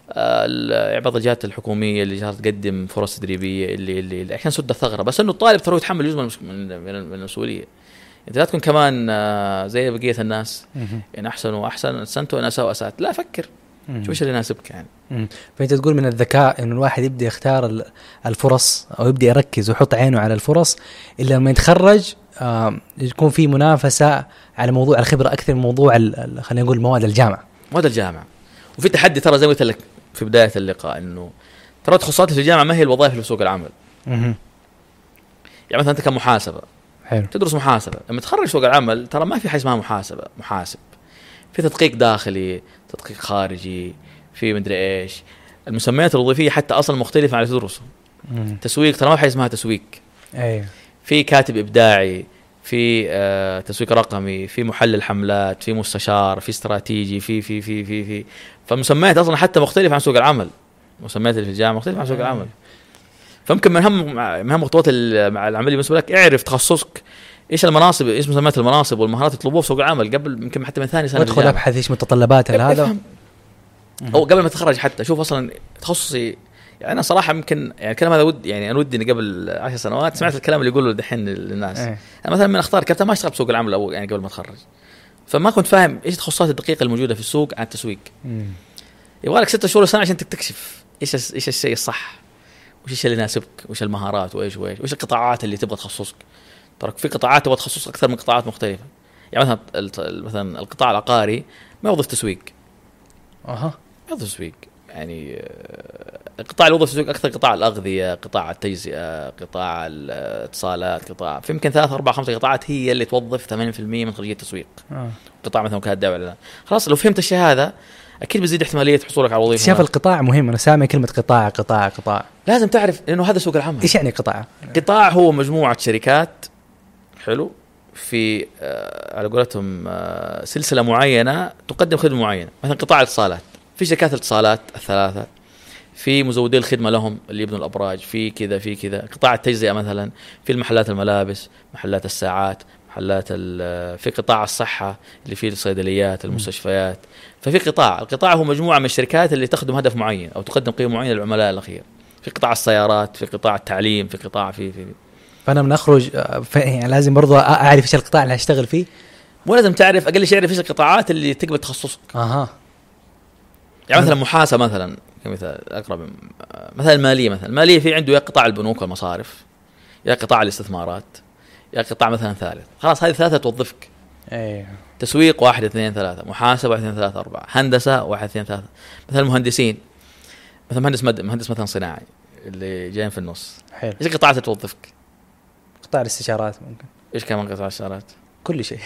بعض الجهات الحكومية اللي جالسة تقدم فرص تدريبية اللي اللي, اللي عشان سد الثغرة، بس إنه الطالب ترى يتحمل جزء من من المسؤولية. أنت لا تكون كمان زي بقية الناس إن أحسن وأحسن أحسنت وأنا أساء وأسأت، لا فكر شو إيش اللي يناسبك يعني. فأنت تقول من الذكاء إنه الواحد يبدأ يختار الفرص أو يبدأ يركز ويحط عينه على الفرص، إلا لما يتخرج آه يكون في منافسة على موضوع الخبرة أكثر من موضوع خلينا نقول مواد الجامعة. مواد الجامعة وفي تحدي ترى زي ما قلت لك في بداية اللقاء، إنه ترى تخصصات في الجامعة ما هي الوظائف في سوق العمل. يعني مثلا أنت كمحاسبة حلو. تدرس محاسبة، لما تخرج سوق العمل ترى ما في حاجة اسمها محاسبة محاسب، في تدقيق داخلي، تدقيق خارجي، في مدري إيش. المسميات الوظيفية حتى أصلا مختلفة عن تدرسه. تسويق ترى ما في حاجة اسمها تسويق. أيوه. في كاتب إبداعي، في آه تسويق رقمي، في محلل حملات، في مستشار، في استراتيجي، في في في في في فالمسميات أصلا حتى مختلفة عن سوق العمل. مسميات اللي في الجامعة مختلفة عن سوق العمل. فممكن من هم من هم خطوات العملية بالنسبة لك اعرف تخصصك ايش المناصب، ايش مسميات المناصب والمهارات يطلبوها في سوق العمل قبل يمكن حتى من ثاني سنة. ادخل ابحث ايش متطلبات هذا، او قبل ما تتخرج حتى شوف اصلا تخصصي يعني انا صراحه يمكن يعني الكلام هذا ود يعني انا ودي اني قبل عشر سنوات سمعت الكلام اللي يقوله دحين للناس. إيه. انا مثلا من اختار كابتن ما اشتغل بسوق العمل أو يعني قبل ما اتخرج، فما كنت فاهم ايش التخصصات الدقيقه الموجوده في السوق عن التسويق. يبغى لك ستة شهور سنه عشان تكتشف ايش ايش الشيء الصح، وش الشيء اللي يناسبك، وش المهارات، وايش وايش وش القطاعات اللي تبغى تخصصك. ترى في قطاعات تبغى تخصص اكثر من قطاعات مختلفه. يعني مثلا مثلا القطاع العقاري ما يوظف تسويق. اها يوظف تسويق يعني القطاع اللي يوظف تسويق اكثر قطاع الاغذيه، قطاع التجزئه، قطاع الاتصالات، قطاع في يمكن ثلاث اربع خمس قطاعات هي اللي توظف ثمانين بالمئة من خريجي التسويق. آه. قطاع مثلا وكاله دعوه اعلان. خلاص لو فهمت الشيء هذا اكيد بزيد احتماليه حصولك على وظيفه. شاف القطاع مهم، انا سامع كلمه قطاع قطاع قطاع لازم تعرف انه هذا سوق العمل. ايش يعني قطاع؟ قطاع هو مجموعه شركات حلو في آه على قولتهم آه سلسله معينه تقدم خدمه معينه. مثلا قطاع الاتصالات في شركات الاتصالات الثلاثه، في مزودي الخدمه لهم اللي يبنوا الابراج، في كذا في كذا. قطاع التجزئه مثلا في المحلات الملابس، محلات الساعات، محلات في قطاع الصحه اللي فيه الصيدليات، المستشفيات. ففي قطاع القطاع هو مجموعه من الشركات اللي تخدم هدف معين او تقدم قيمه معينه للعملاء الاخير. في قطاع السيارات، في قطاع التعليم، في قطاع في في فانا من اخرج يعني لازم برضو اعرف ايش القطاع اللي هشتغل فيه. مو لازم تعرف، اقل شيء اعرف ايش القطاعات اللي تقبل تخصصك. اها يعني مثلا محاسبه مثلا كمثال اقرب، مثلا الماليه مثلا الماليه في عنده يا قطاع البنوك والمصارف، يا قطاع الاستثمارات، يا قطاع مثلا ثالث. خلاص هذه ثلاثه توظفك. ايوه تسويق واحد اثنين ثلاثه، محاسبه واحد اثنين ثلاثه اربعه، هندسه واحد اثنين ثلاثه. مثلا مهندسين، مثلا مهندس مد... مهندس مثلا صناعي اللي جايين في النص. حلو. ايش القطاعات اللي توظفك؟ قطاع الاستشارات ممكن. ايش كمان قطاع الاستشارات؟ كل شيء.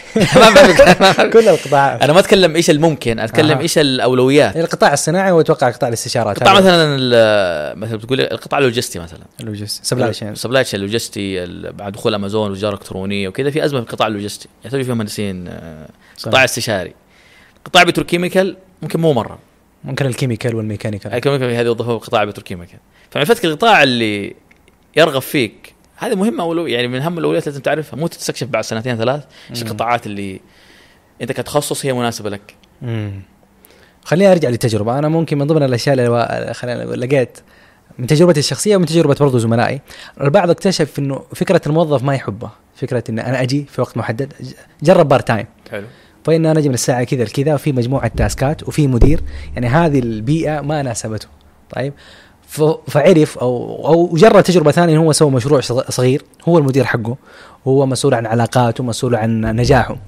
كل القطاعات. انا ما اتكلم ايش الممكن، اتكلم آه. ايش الاولويات. القطاع الصناعي واتوقع قطاع الاستشارات. قطاع مثلا مثلا بتقول القطاع اللوجستي مثلا، اللوجستي سبلاي تشين، سبلاي تشين اللوجستي بعد دخول امازون والتجاره الالكترونيه وكذا في ازمه في القطاع اللوجستي، يحتاج فيه مهندسين. قطاع استشاري، قطاع بتروكيميكال ممكن مو مره، ممكن الكيميكال والميكانيكال. الكيميكال هذه يوظفوها قطاع بتروكيميكال. فمعرفتك القطاع اللي يرغب فيك هذا مهمه، أولو يعني من اهم الاولويات لازم تعرفها، مو تستكشف بعد سنتين ثلاث ايش القطاعات اللي انت كتخصص هي مناسبه لك. امم خليني ارجع للتجربه. انا ممكن من ضمن الاشياء اللي خلينا نقول لقيت من تجربتي الشخصيه ومن تجربه برضو زملائي، البعض اكتشف انه فكره الموظف ما يحبها، فكره ان انا اجي في وقت محدد. جرب بار تايم، حلو، فإن أنا أجي من الساعة كذا لكذا وفي مجموعة تاسكات وفي مدير، يعني هذه البيئة ما ناسبته. طيب فعرف أو أو جرب تجربة ثانية، هو سوى مشروع صغير، هو المدير حقه، هو مسؤول عن علاقاته، مسؤول عن نجاحه.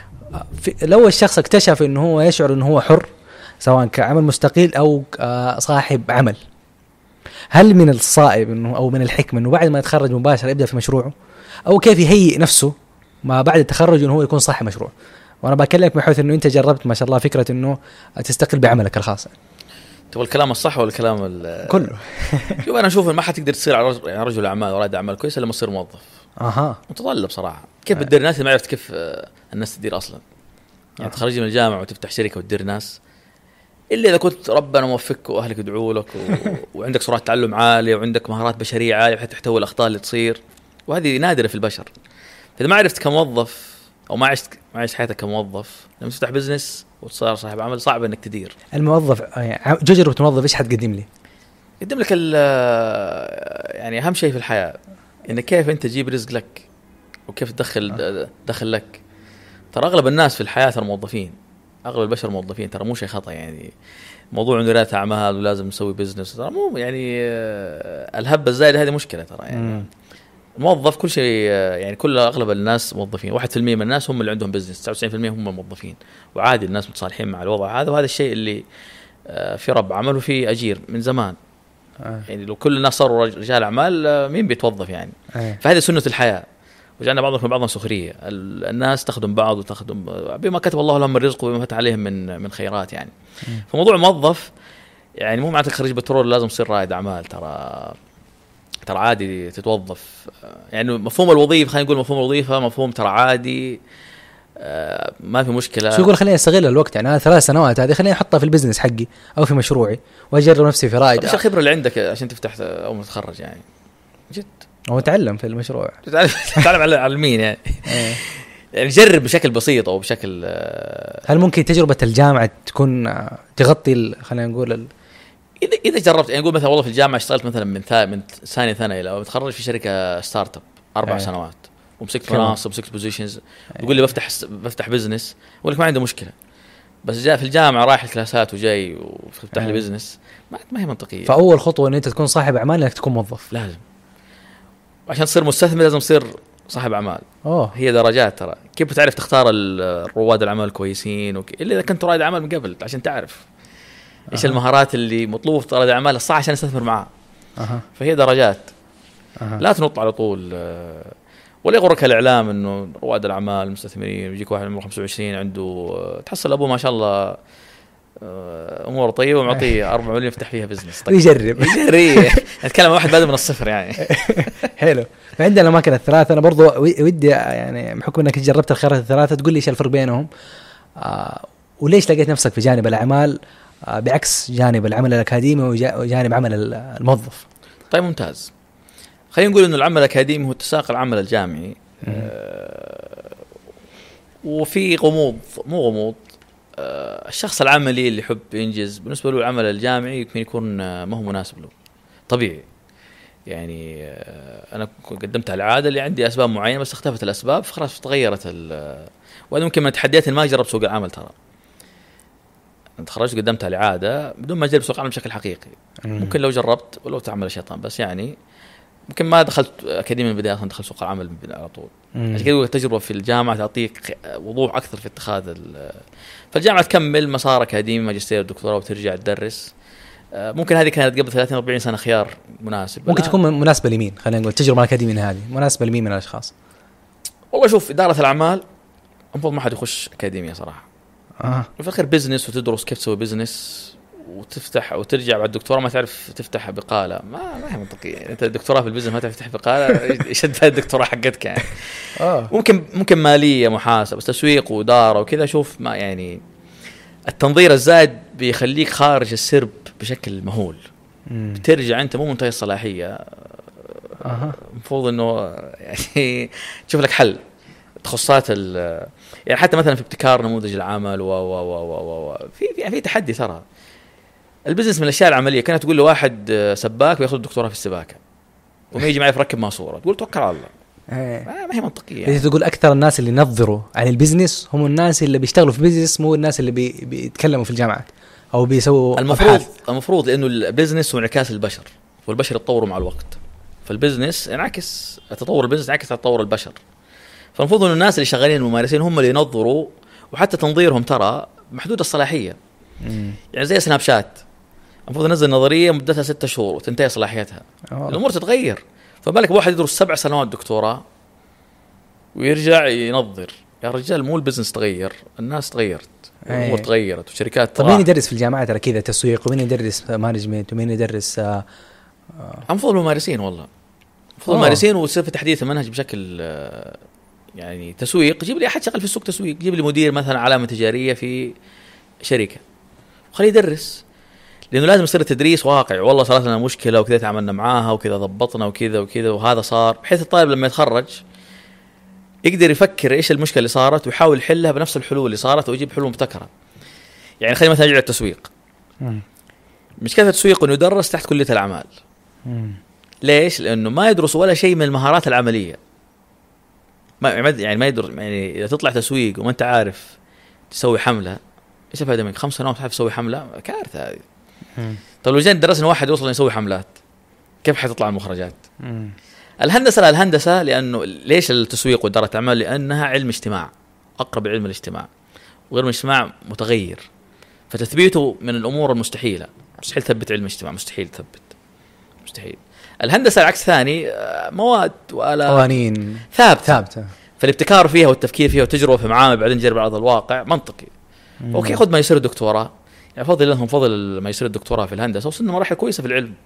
لو الشخص اكتشف إنه هو يشعر إنه هو حر سواء كعمل مستقل أو صاحب عمل، هل من الصائب إنه أو من الحكمة إنه بعد ما يتخرج مباشرة يبدأ في مشروعه، أو كيف يهيئ نفسه ما بعد التخرج إنه هو يكون صاحب مشروع؟ وانا بكلمك بحيث انه انت جربت ما شاء الله فكره انه تستقل بعملك الخاص. تبغى الكلام الصح ولا الكلام كله؟ شوف انا اشوف ما حتقدر تصير على رجل, يعني رجل اعمال ورائد اعمال كويس لما تصير موظف. اها متطلب صراحه. كيف بتدير ناس ما عرفت كيف الناس تدير اصلا؟ يعني آه. تخرج من الجامعه وتفتح شركه وتدير ناس، الا اذا كنت ربنا موفقك واهلك يدعوا لك و... وعندك سرعه تعلم عاليه وعندك مهارات بشريه عاليه بحيث تحتوي الاخطاء اللي تصير، وهذه نادره في البشر. فاذا ما عرفت كموظف او ما عشت ما عشت حياتك كموظف، لما تفتح بزنس وتصير صاحب عمل صعب انك تدير. الموظف يعني تجربه موظف ايش حتقدم لي؟ يقدم لك يعني اهم شيء في الحياه انك كيف انت تجيب رزق لك وكيف تدخل آه. دخل لك. ترى اغلب الناس في الحياه ترى موظفين، اغلب البشر موظفين، ترى مو شيء خطا. يعني موضوع انه رياده اعمال ولازم نسوي بزنس ترى مو يعني الهبه الزايده هذه مشكله ترى. يعني م. موظف كل شيء، يعني كل اغلب الناس موظفين. واحد في المية من الناس هم اللي عندهم بزنس، تسعة وتسعين بالمية هم موظفين، وعادي الناس متصالحين مع الوضع هذا. وهذا الشيء اللي في رب عمل وفي اجير من زمان. آه. يعني لو كل الناس صاروا رجال اعمال مين بيتوظف يعني؟ آه. فهذه سنه الحياه، وجعلنا بعضهم بعضهم سخريه. الناس تخدم بعض وتخدم بما كتب الله لهم الرزق وبما فتح عليهم من من خيرات يعني. آه. فموضوع موظف يعني مو معناته خريج بترول لازم تصير رائد اعمال. ترى ترى عادي تتوظف. يعني مفهوم الوظيفه، خلينا نقول مفهوم الوظيفه مفهوم ترى عادي، ما في مشكله. شو يقول خليني استغل الوقت، يعني انا ثلاث سنوات هذه خليني احطها في البزنس حقي او في مشروعي واجرب نفسي في رائد. ايش الخبره اللي عندك عشان تفتح اول ما تتخرج يعني؟ جد او اتعلم في المشروع، تتعلم على مين يعني؟ يعني جرب بشكل بسيط او بشكل. هل ممكن تجربه الجامعه تكون تغطي خلينا نقول ال... اذا اذا جربت يعني نقول مثلا والله في الجامعه اشتغلت مثلا من ثا من ثاني ثانوي لو متخرج في شركه ستارت اب اربع أيه. سنوات ومسكت مناصب ومسكت بوزيشنز يقول لي بفتح بفتح بزنس اقول لك ما عنده مشكله بس جاء في الجامعه رايح الكلاسات وجاي وفتح لي بزنس ما ما هي منطقيه. فاول خطوه ان انت تكون صاحب اعمال انك تكون موظف لازم عشان تصير مستثمر لازم تصير صاحب اعمال. اوه هي درجات ترى كيف بتعرف تختار الرواد الاعمال الكويسين وك... الا اذا كنت رائد اعمال من قبل عشان تعرف ايش أه. المهارات اللي مطلوبه في رائد الاعمال الصح عشان استثمر معاه. أه. فهي درجات أه. لا تنط على طول ولا يغرك الاعلام انه رواد الاعمال المستثمرين ويجيك واحد عمره خمسة وعشرين عنده تحصل ابوه ما شاء الله امور طيبه ومعطيه أربعة مليون يفتح فيها بزنس. طيب يجرب يجرب نتكلم واحد بادئ من الصفر يعني. حلو. فعندنا الاماكن الثلاثه انا برضو ودي يعني بحكم انك جربت الخيارات الثلاثه تقول لي ايش الفرق بينهم آه وليش لقيت نفسك في جانب الاعمال آه بعكس جانب العمل الاكاديمي وجانب عمل الموظف. طيب ممتاز. خلينا نقول انه العمل الاكاديمي هو اتساق العمل الجامعي آه وفي غموض مو غموض آه الشخص العملي اللي يحب ينجز بالنسبه له العمل الجامعي يمكن يكون آه ما هو مناسب له طبيعي يعني آه انا قدمت على العاده اللي عندي اسباب معينه بس اختفت الاسباب فخلاص تغيرت وهذا ممكن من التحديات اللي ما جربت سوق العمل ترى انت خرجت قدمت على العاده بدون ما تجرب سوق العمل بشكل حقيقي. ممكن لو جربت ولو تعمل الشيطان بس يعني ممكن ما دخلت اكاديميه من البدايه اصلا دخلت سوق العمل على طول. عشان كذا التجربه في الجامعه تعطيك وضوح اكثر في اتخاذ فالجامعه تكمل مسار اكاديمي ماجستير دكتوراه وترجع تدرس ممكن هذه كانت قبل ثلاثين أربعين سنه خيار مناسب ممكن تكون مناسبه لمين خلينا نقول التجربه الاكاديميه هذه مناسبه لمين من الاشخاص. والله شوف اداره الاعمال المفروض ما حد يخش اكاديميه صراحه اه في الاخير بزنس وتدرس كيف تسوي بزنس وتفتح وترجع بعد الدكتوراه ما تعرف تفتح بقاله ما ما هي منطقيه يعني انت الدكتوراه في البزنس ما تعرف تفتح بقاله ايش ادفع الدكتوراه حقتك يعني اه ممكن ممكن ماليه محاسبه تسويق واداره وكذا شوف ما يعني التنظير الزائد بيخليك خارج السرب بشكل مهول بترجع انت مو منتهي الصلاحيه المفروض انه يعني تشوف لك حل تخصصات يعني حتى مثلا في ابتكار نموذج العمل و و و و في في تحدي ترى البزنس من الاشياء العمليه كانت تقول له واحد سباك بياخذ دكتوراه في السباكه وما يجي معي يركب ماسوره تقول توكل على الله ما هي منطقيه يعني. تقول اكثر الناس اللي ينظروا عن البزنس هم الناس اللي بيشتغلوا في بزنس مو الناس اللي بي بيتكلموا في الجامعات او بيسووا المفروض أبحاث. المفروض لانه البزنس هو انعكاس البشر والبشر يتطوروا مع الوقت فالبزنس ينعكس تطور البزنس ينعكس على تطور البشر فالمفروض انه الناس اللي شغالين الممارسين هم اللي ينظروا وحتى تنظيرهم ترى محدود الصلاحيه مم. يعني زي سناب شات المفروض ننزل نظريه مدتها ستة شهور وتنتهي صلاحيتها أوه. الامور تتغير فبالك بواحد يدرس سبع سنوات دكتوراه ويرجع ينظر يا رجال مو البزنس تغير الناس تغيرت الامور تغيرت وشركات طب مين يدرس في الجامعات على كذا تسويق ومين يدرس مانجمنت ومين يدرس آه آه. المفروض الممارسين والله المفروض الممارسين ويصير في تحديث المنهج بشكل آه يعني تسويق جيب لي احد شغال في السوق تسويق جيب لي مدير مثلا علامه تجاريه في شركه وخليه يدرس لانه لازم يصير التدريس واقع والله صارت لنا مشكله وكذا تعاملنا معاها وكذا ضبطنا وكذا وكذا وهذا صار بحيث الطالب لما يتخرج يقدر يفكر ايش المشكله اللي صارت ويحاول يحلها بنفس الحلول اللي صارت ويجيب حلول مبتكره. يعني خلينا مثلا نرجع للتسويق مش كيف التسويق انه يدرس تحت كليه الاعمال مم. ليش؟ لانه ما يدرس ولا شيء من المهارات العمليه ما يعني ما يدرس يعني اذا تطلع تسويق وما انت عارف تسوي حمله ايش الفائده منك خمس سنوات تعرف تسوي حمله كارثه هذه. طيب لو جينا درسنا واحد يوصل يسوي حملات كيف حتطلع المخرجات؟ مم. الهندسه لا الهندسه لانه ليش التسويق واداره اعمال لانها علم اجتماع اقرب علم الاجتماع وغير الاجتماع متغير فتثبيته من الامور المستحيله مستحيل تثبت علم الاجتماع مستحيل تثبت مستحيل. الهندسه العكس ثاني مواد وآلات قوانين ثابته ثابته فالابتكار فيها والتفكير فيها والتجربه في معامل بعدين نجرب على ارض الواقع منطقي. مم. اوكي خذ ما يصير الدكتوراه يعني فضل لهم فضل ما يصير الدكتوراه في الهندسه وصلنا مراحل كويسه في العلم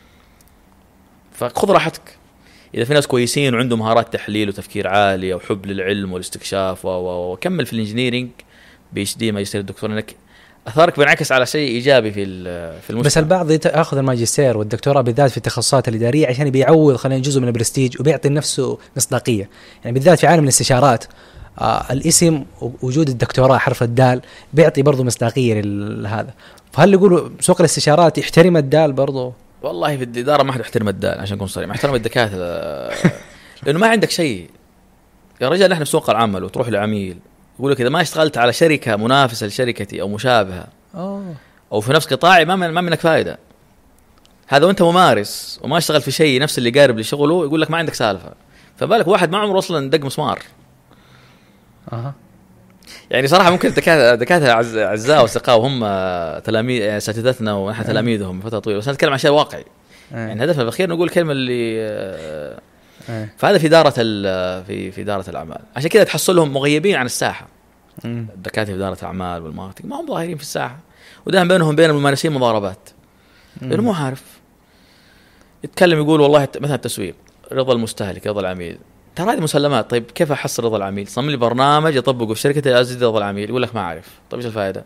فخذ راحتك. اذا في ناس كويسين وعندهم مهارات تحليل وتفكير عاليه وحب للعلم والاستكشاف وكمل في الانجينيرينج بيش دي ما يصير الدكتور انك اثارك بينعكس على شيء ايجابي في في المجتمع. بس البعض ياخذ الماجستير والدكتوراه بالذات في التخصصات الاداريه عشان بيعوض خلينا جزء من البرستيج وبيعطي نفسه مصداقيه يعني بالذات في عالم الاستشارات آه الاسم وجود الدكتوراه حرف الدال بيعطي برضو مصداقيه لهذا. فهل يقولوا سوق الاستشارات يحترم الدال برضو؟ والله في الاداره ما حد يحترم الدال عشان نكون صريح، محترم الدكاتره لانه ما عندك شيء يا رجال. احنا في سوق العمل وتروح لعميل يقول لك اذا ما اشتغلت على شركه منافسه لشركتي او مشابهه أوه. او في نفس قطاعي ما من ما منك فائده. هذا وانت ممارس وما اشتغل في شيء نفس اللي قارب لشغله يقول لك ما عندك سالفه. فبالك واحد ما عمره اصلا دق مسمار. اها يعني صراحه ممكن دكاتره دكاتره اعزاء واصدقاء وهم تلاميذ اساتذتنا ونحن أه. تلاميذهم فتره طويله، بس نتكلم عن شيء واقعي. أه. يعني هدفنا الاخير نقول الكلمه اللي أه. فهذا في اداره في في اداره الاعمال. عشان كذا تحصلهم مغيبين عن الساحه. مم. الدكاتره في اداره الاعمال والماركتينج ما هم ظاهرين في الساحه، ودائما بينهم بين الممارسين مضاربات لانه مو عارف يتكلم. يقول والله مثلا التسويق رضا المستهلك رضا العميل، ترى هذه مسلمات. طيب كيف احصل رضا العميل؟ صمم لي برنامج اطبقه في شركتي ازيد رضا العميل. يقول لك ما اعرف. طيب ايش الفائده؟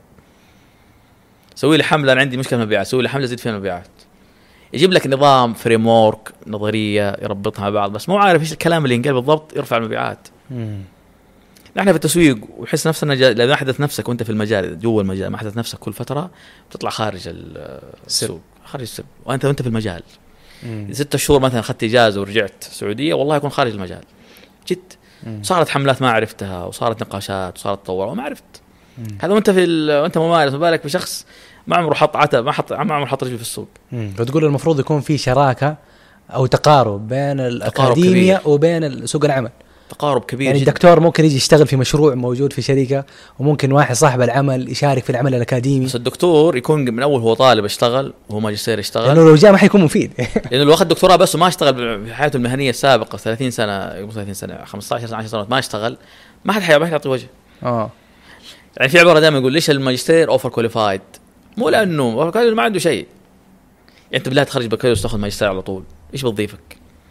سوي لي حمله، انا عندي مشكله مبيعات، سوي لي حمله زيد فيها المبيعات. يجيب لك نظام فريم ورك نظريه يربطها مع بعض، بس مو عارف ايش الكلام اللي ينقال بالضبط يرفع المبيعات. مم. نحن في التسويق وحس نفسنا جا... لما احدث نفسك وانت في المجال جوا المجال ما احدث نفسك كل فتره بتطلع خارج السوق، خارج السوق وانت وانت في المجال. مم. ستة شهور مثلا اخذت اجازه ورجعت السعوديه والله يكون خارج المجال جد. مم. صارت حملات ما عرفتها وصارت نقاشات وصارت تطور وما عرفت. مم. هذا وانت في ال... وانت ممارس. ما بالك بشخص ما عمره حط عتب ما حط ما عمره حط رجل في السوق. فتقول المفروض يكون في شراكه او تقارب بين الاكاديميه وبين سوق العمل. تقارب كبير يعني جدا. الدكتور ممكن يجي يشتغل في مشروع موجود في شركه، وممكن واحد صاحب العمل يشارك في العمل الاكاديمي. بس الدكتور يكون من اول هو طالب اشتغل وهو ماجستير اشتغل، لانه لو جاء ما حيكون مفيد. لانه لو اخذ دكتوراه بس وما اشتغل في حياته المهنيه السابقه ثلاثين سنه مو ثلاثين سنه خمسة عشر سنه عشر سنوات ما اشتغل، ما حد حيعطي يعطي وجه. اه يعني في عباره دائما يقول ليش الماجستير اوفر كواليفايد؟ مو لانه ما عنده شيء. يعني انت بالله تخرج بكالوريوس تاخذ ماجستير على طول، ايش بتضيفك؟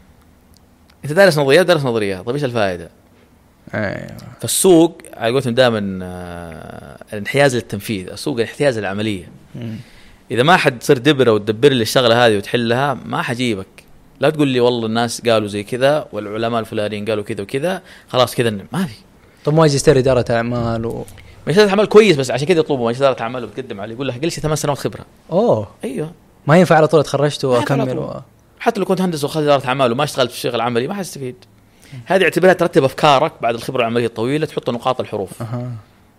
انت دارس نظريات دارس نظريات، طيب ايش الفائده؟ ايوه. فالسوق على قولتهم دائما الانحياز للتنفيذ، السوق الانحياز للعمليه. مم. اذا ما حد تصير دبره وتدبر لي الشغله هذه وتحلها ما حجيبك. لا تقول لي والله الناس قالوا زي كذا والعلماء الفلانيين قالوا كذا وكذا خلاص كذا ما في. طب ماجستير اداره اعمال و ماجستير اعمال كويس، بس عشان كذا يطلبوا ماجستير اداره اعمال وتقدم عليه يقول لك اقل شيء ثمان سنوات خبره. اوه ايوه ما ينفع على طول تخرجت واكمل و... حتى لو كنت مهندس وخذ اداره اعمال وما اشتغلت في الشغل العملي ما حتستفيد. هذه اعتبرها ترتب افكارك بعد الخبره العمليه الطويله تحط نقاط الحروف. أه.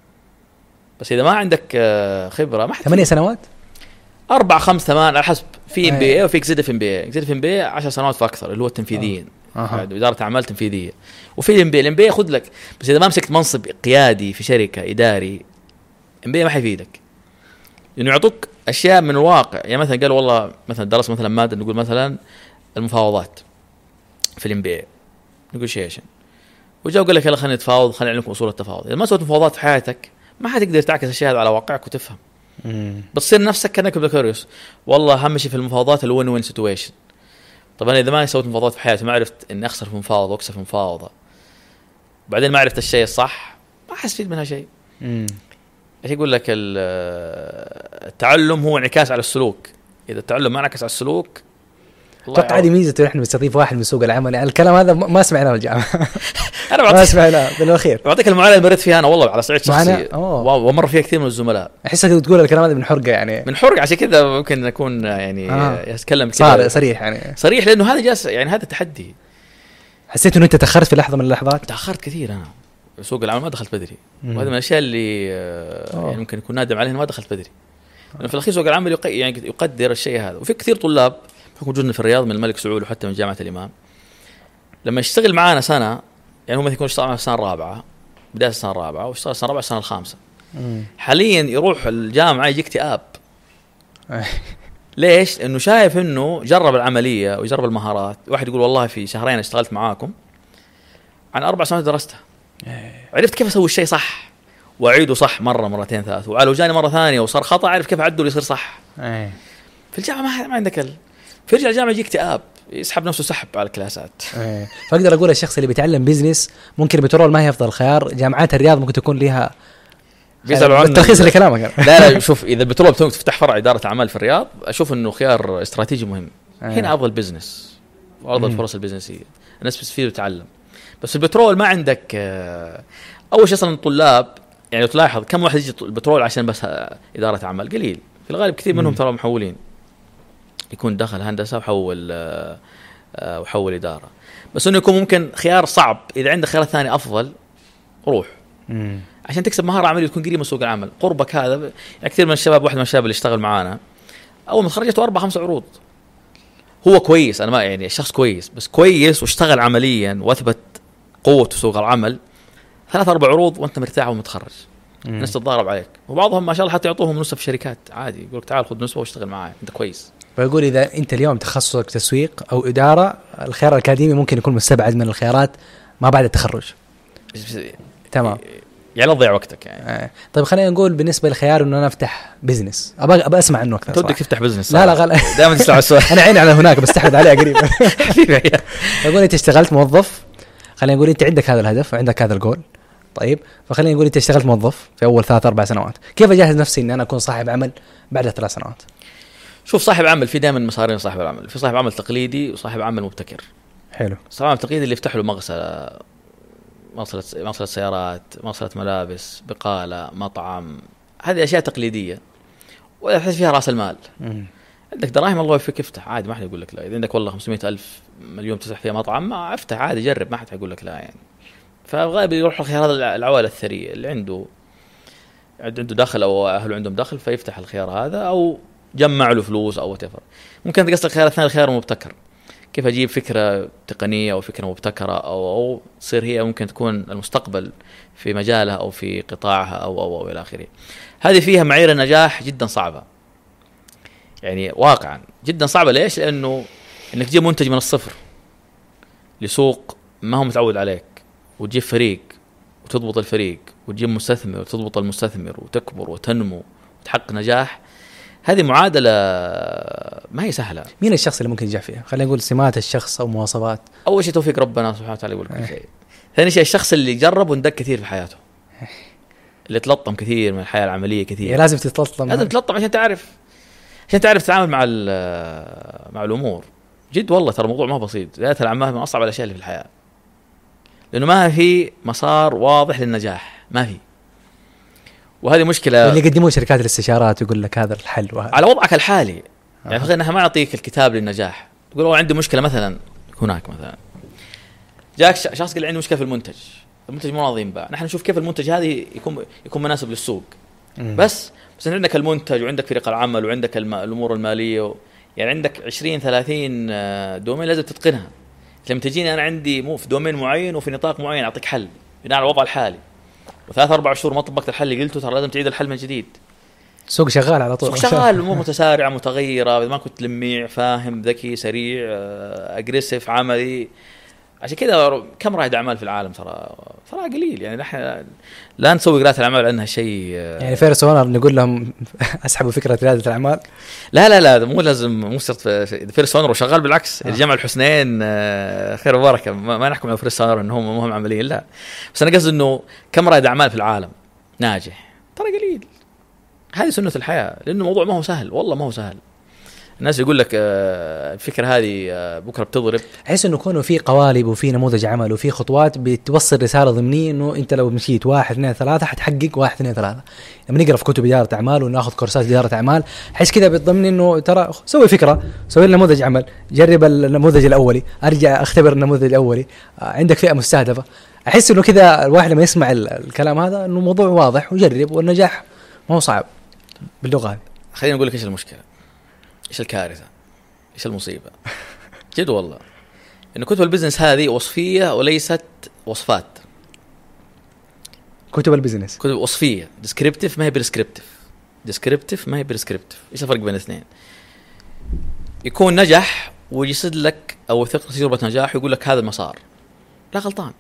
بس اذا ما عندك خبره ما ثمانية سنوات أربع خمس ثمان على حسب. في ام بي اي وفي اكزيكتيف ام بي اي. اكزيكتيف ام بي اي عشر سنوات فاكثر اللي هو التنفيذيين. أه. اداره اعمال تنفيذيه. وفي الام بي الام بي ياخذ لك، بس اذا ما مسكت منصب قيادي في شركه اداري ام بي ما حيفيدك، لانه يعطوك اشياء من الواقع. يعني مثلا قال والله مثلا درس مثلا ماده نقول مثلا المفاوضات في الام بي نيجوشيشن، وجاء وقال لك يلا خلينا نتفاوض خلينا نعلمكم اصول التفاوض. اذا ما سويت مفاوضات في حياتك ما حتقدر تعكس الشيء هذا على واقعك وتفهم. بتصير نفسك كانك بكالوريوس والله اهم شيء في المفاوضات الوين وين سيتويشن. طب انا اذا ما سويت مفاوضات في حياتي ما عرفت اني اخسر في مفاوضه واكسب في مفاوضه بعدين ما عرفت الشيء الصح ما حستفيد منها شيء. ايش يقول لك التعلم هو انعكاس على السلوك. اذا التعلم ما انعكس على السلوك اتوقع هذه ميزه نحن بنستضيف واحد من سوق العمل. يعني الكلام هذا ما سمعناه في الجامعه. انا ما سمعناه بالاخير. بعطيك المعاناه اللي مريت فيها انا والله على صعيد شخصي ومر فيها كثير من الزملاء. احسك تقول الكلام هذا من حرقه يعني من حرقه عشان كذا ممكن اكون يعني آه. اتكلم كذا صريح يعني صريح لانه هذا جالس يعني هذا تحدي. حسيت انه انت تاخرت في لحظه من اللحظات؟ تاخرت كثير انا سوق العمل ما دخلت بدري. وهذا من الاشياء اللي أوه. يعني ممكن يكون نادم عليها ما دخلت بدري. لأنه في الاخير سوق العمل يق... يعني يقدر الشيء هذا. وفي كثير طلاب بحكم وجودنا في الرياض من الملك سعود وحتى من جامعه الامام لما يشتغل معانا سنه يعني هم يكون يشتغل معنا في السنه الرابعه بدايه السنه الرابعه ويشتغل السنه الرابعه السنه الخامسه. مم. حاليا يروح الجامعه يجي اكتئاب. ليش؟ لانه شايف انه جرب العمليه ويجرب المهارات. واحد يقول والله في شهرين اشتغلت معاكم عن اربع سنوات درستها عرفت كيف اسوي الشيء صح واعيده صح مره مرتين ثلاث وعلى وجاني مره ثانيه وصار خطا عارف كيف اعدله يصير صح. أي. في الجامعه ما, ما عندك ال... في رجع الجامعه يجي اكتئاب يسحب نفسه سحب على الكلاسات. أي. فاقدر اقول الشخص اللي بيتعلم بيزنس ممكن بترول ما هي افضل خيار. جامعات الرياض ممكن تكون لها بالتلخيص اللي كلامك. لا لا شوف اذا البترول بتنك تفتح فرع اداره اعمال في الرياض اشوف انه خيار استراتيجي مهم. أي. هنا افضل بزنس وافضل الفرص البزنسيه الناس بتستفيد وتتعلم. بس البترول ما عندك اول شيء اصلا الطلاب يعني تلاحظ كم واحد يجي البترول عشان بس اداره عمل قليل في الغالب. كثير منهم ترى محولين، يكون دخل هندسه وحول وحول اداره. بس انه يكون ممكن خيار صعب اذا عندك خيار ثاني افضل روح مم. عشان تكسب مهاره عمليه تكون قريب من سوق العمل. قربك هذا يعني كثير من الشباب، واحد من الشباب اللي اشتغل معانا اول ما تخرجته اربع خمس عروض. هو كويس، انا ما يعني الشخص كويس بس كويس واشتغل عمليا واثبت قوته سوق العمل، ثلاث اربع عروض وانت مرتاح ومتخرج. الناس تتضارب عليك، وبعضهم ما شاء الله حتى يعطوهم نسبه في شركات عادي، يقولك تعال خذ نسبه واشتغل معايا انت كويس. فيقول اذا انت اليوم تخصصك تسويق او اداره، الخيار الاكاديمي ممكن يكون مستبعد من الخيارات ما بعد التخرج. تمام، يعني لا تضيع وقتك يعني. آه. طيب خلينا نقول بالنسبه للخيار انه انا افتح بزنس، ابغى ابغى اسمع عنه اكثر. تودك تفتح بزنس؟ لا لا غلط دائما تسمع السؤال. انا عيني على هناك بستحمد عليه قريب. يقول انت اشتغلت موظف، خلينا نقول انت عندك هذا الهدف وعندك هذا الجول. طيب فخلينا نقول انت اشتغلت موظف في اول ثلاث اربع سنوات، كيف اجهز نفسي ان انا اكون صاحب عمل بعد ثلاث سنوات؟ شوف، صاحب عمل في دائما مسارين صاحب العمل، في صاحب عمل تقليدي وصاحب عمل مبتكر. حلو. صاحب العمل التقليدي اللي يفتح له مغسله، مغسله مغسله سيارات، مغسله ملابس، بقاله، مطعم، هذه اشياء تقليديه ويحتاج فيها راس المال. مم. عندك دراهم الله يوفقك افتح عادي، ما حد يقول لك لا. اذا عندك والله خمسمائة ألف مليون تفتح فيها مطعم، ما افتح عادي جرب، ما حد يقول لك لا يعني. فغالبا يروح الخيار هذا العوائل الثريه اللي عنده عنده دخل او اهله عندهم دخل فيفتح الخيار هذا، او جمع له فلوس او whatever. ممكن تقصد الخيار الثاني الخيار المبتكر، كيف اجيب فكره تقنيه او فكره مبتكره او او تصير هي ممكن تكون المستقبل في مجالها او في قطاعها او او, أو الى اخره. هذه فيها معايير النجاح جدا صعبه يعني، واقعا جدا صعبه. ليش؟ لانه انك تجيب منتج من الصفر لسوق ما هو متعود عليك، وتجيب فريق وتضبط الفريق، وتجيب مستثمر وتضبط المستثمر، وتكبر وتنمو وتحقق نجاح، هذه معادلة ما هي سهلة. مين الشخص اللي ممكن ينجح فيها؟ خلينا نقول سمات الشخص أو مواصفات. أول شيء توفيق ربنا سبحانه وتعالى يقول كل شيء. ثاني شيء الشخص اللي جرب وندق كثير في حياته، اللي تلطم كثير من الحياة العملية كثير. لازم تتلطم، لازم تلطم عشان تعرف عشان تعرف تتعامل مع مع الأمور. جد والله ترى الموضوع ما هو بسيط. ذات العمال من أصعب الأشياء اللي في الحياة، لأنه ما في مسار واضح للنجاح، ما في. وهذه مشكلة. اللي يقدمون شركات الاستشارات يقول لك هذا الحل وهذا. على وضعك الحالي آه. يعني أنها ما يعطيك الكتاب للنجاح. تقول والله عندي مشكلة مثلا هناك، مثلا جاك شخص قال عندي مشكلة في المنتج، المنتج مو راضي ينباع. نحن نشوف كيف المنتج هذه يكون يكون مناسب للسوق. مم. بس بس عندك المنتج وعندك فريق العمل وعندك الم... الأمور المالية و... يعني عندك عشرين ثلاثين دومين لازم تتقنها. لما تجيني أنا عندي مو في دومين معين وفي نطاق معين أعطيك حل بناء على الوضع الحالي، وثلاث أربع شهور ما طبقت الحل اللي قلته، ترى لازم تعيد الحل من جديد. سوق شغال على طول، سوق شغال، الأمور متسارعة متغيرة. ما كنت لميع فاهم ذكي سريع أجريسيف عملي. عشان كذا كم رائد أعمال في العالم ترى ترى قليل يعني. نحن لا نسوي ريادة الأعمال لأنها شيء يعني فيرس اونر نقول لهم أسحبوا فكرة ريادة الأعمال. لا لا لا مو لازم مو شرط فيرس اونر وشغال، بالعكس آه. الجمع الحسنين خير وبركة. ما نحكم على فيرس اونر إنهم مهم عمليا، لا. بس أنا قصدي إنه كم رائد أعمال في العالم ناجح ترى قليل. هذه سنة الحياة، لأنه الموضوع ما هو سهل، والله ما هو سهل. الناس يقول لك الفكرة هذه بكرة بتضرب. أحس إنه كونه في قوالب وفي نموذج عمل وفي خطوات بتوصل رسالة ضمنية إنه أنت لو مشيت واحد اثنين ثلاثة حتحقق واحد اثنين ثلاثة. لما نقرأ في كتب إدارة أعمال ونأخذ كورسات إدارة أعمال، أحس كذا بتضمني إنه ترى سوي فكرة، سوي نموذج عمل، جرب النموذج الأولي، أرجع أختبر النموذج الأولي، عندك فئة مستهدفة. أحس إنه كذا الواحد لما يسمع الكلام هذا إنه موضوع واضح وجرب، والنجاح ما هو صعب باللغة. خلينا نقول لك إيش المشكلة، إيش الكارثة، إيش المصيبة. جد والله إن كتب البزنس هذه وصفية وليست وصفات. كتب البزنس كتب وصفية، descriptive ما هي prescriptive. descriptive ما هي prescriptive. إيش الفرق بين الاثنين؟ يكون نجح ويصد لك أو يثق تجربة نجاح ويقول لك هذا المسار، لا غلطان.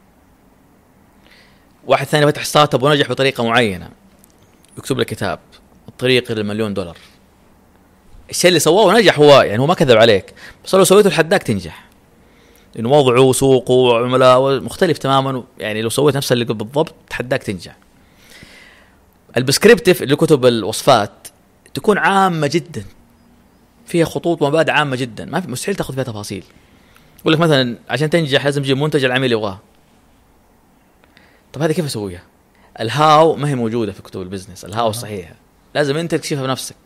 واحد ثاني فتح ستارت اب ونجح بطريقة معينة يكتب لك كتاب الطريق إلى المليون دولار. الشيء اللي سواه ونجح هو يعني هو ما كذب عليك، بس لو سويته لحداك تنجح، لأنه وضعه وسوقه وعملاء مختلف تماما. يعني لو سويت نفس اللي بالضبط تحداك تنجح. البسكريبتيف اللي كتب الوصفات تكون عامة جدا، فيها خطوط ومبادئ عامة جدا، ما في مستحيل تأخذ فيها تفاصيل. يقول لك مثلا عشان تنجح لازم تجيب منتج العميل يبغاه. طب هذه كيف اسويها؟ الهاو ما هي موجوده في كتب البزنس، الهاو الصحيحه لازم انت تكتشفها بنفسك.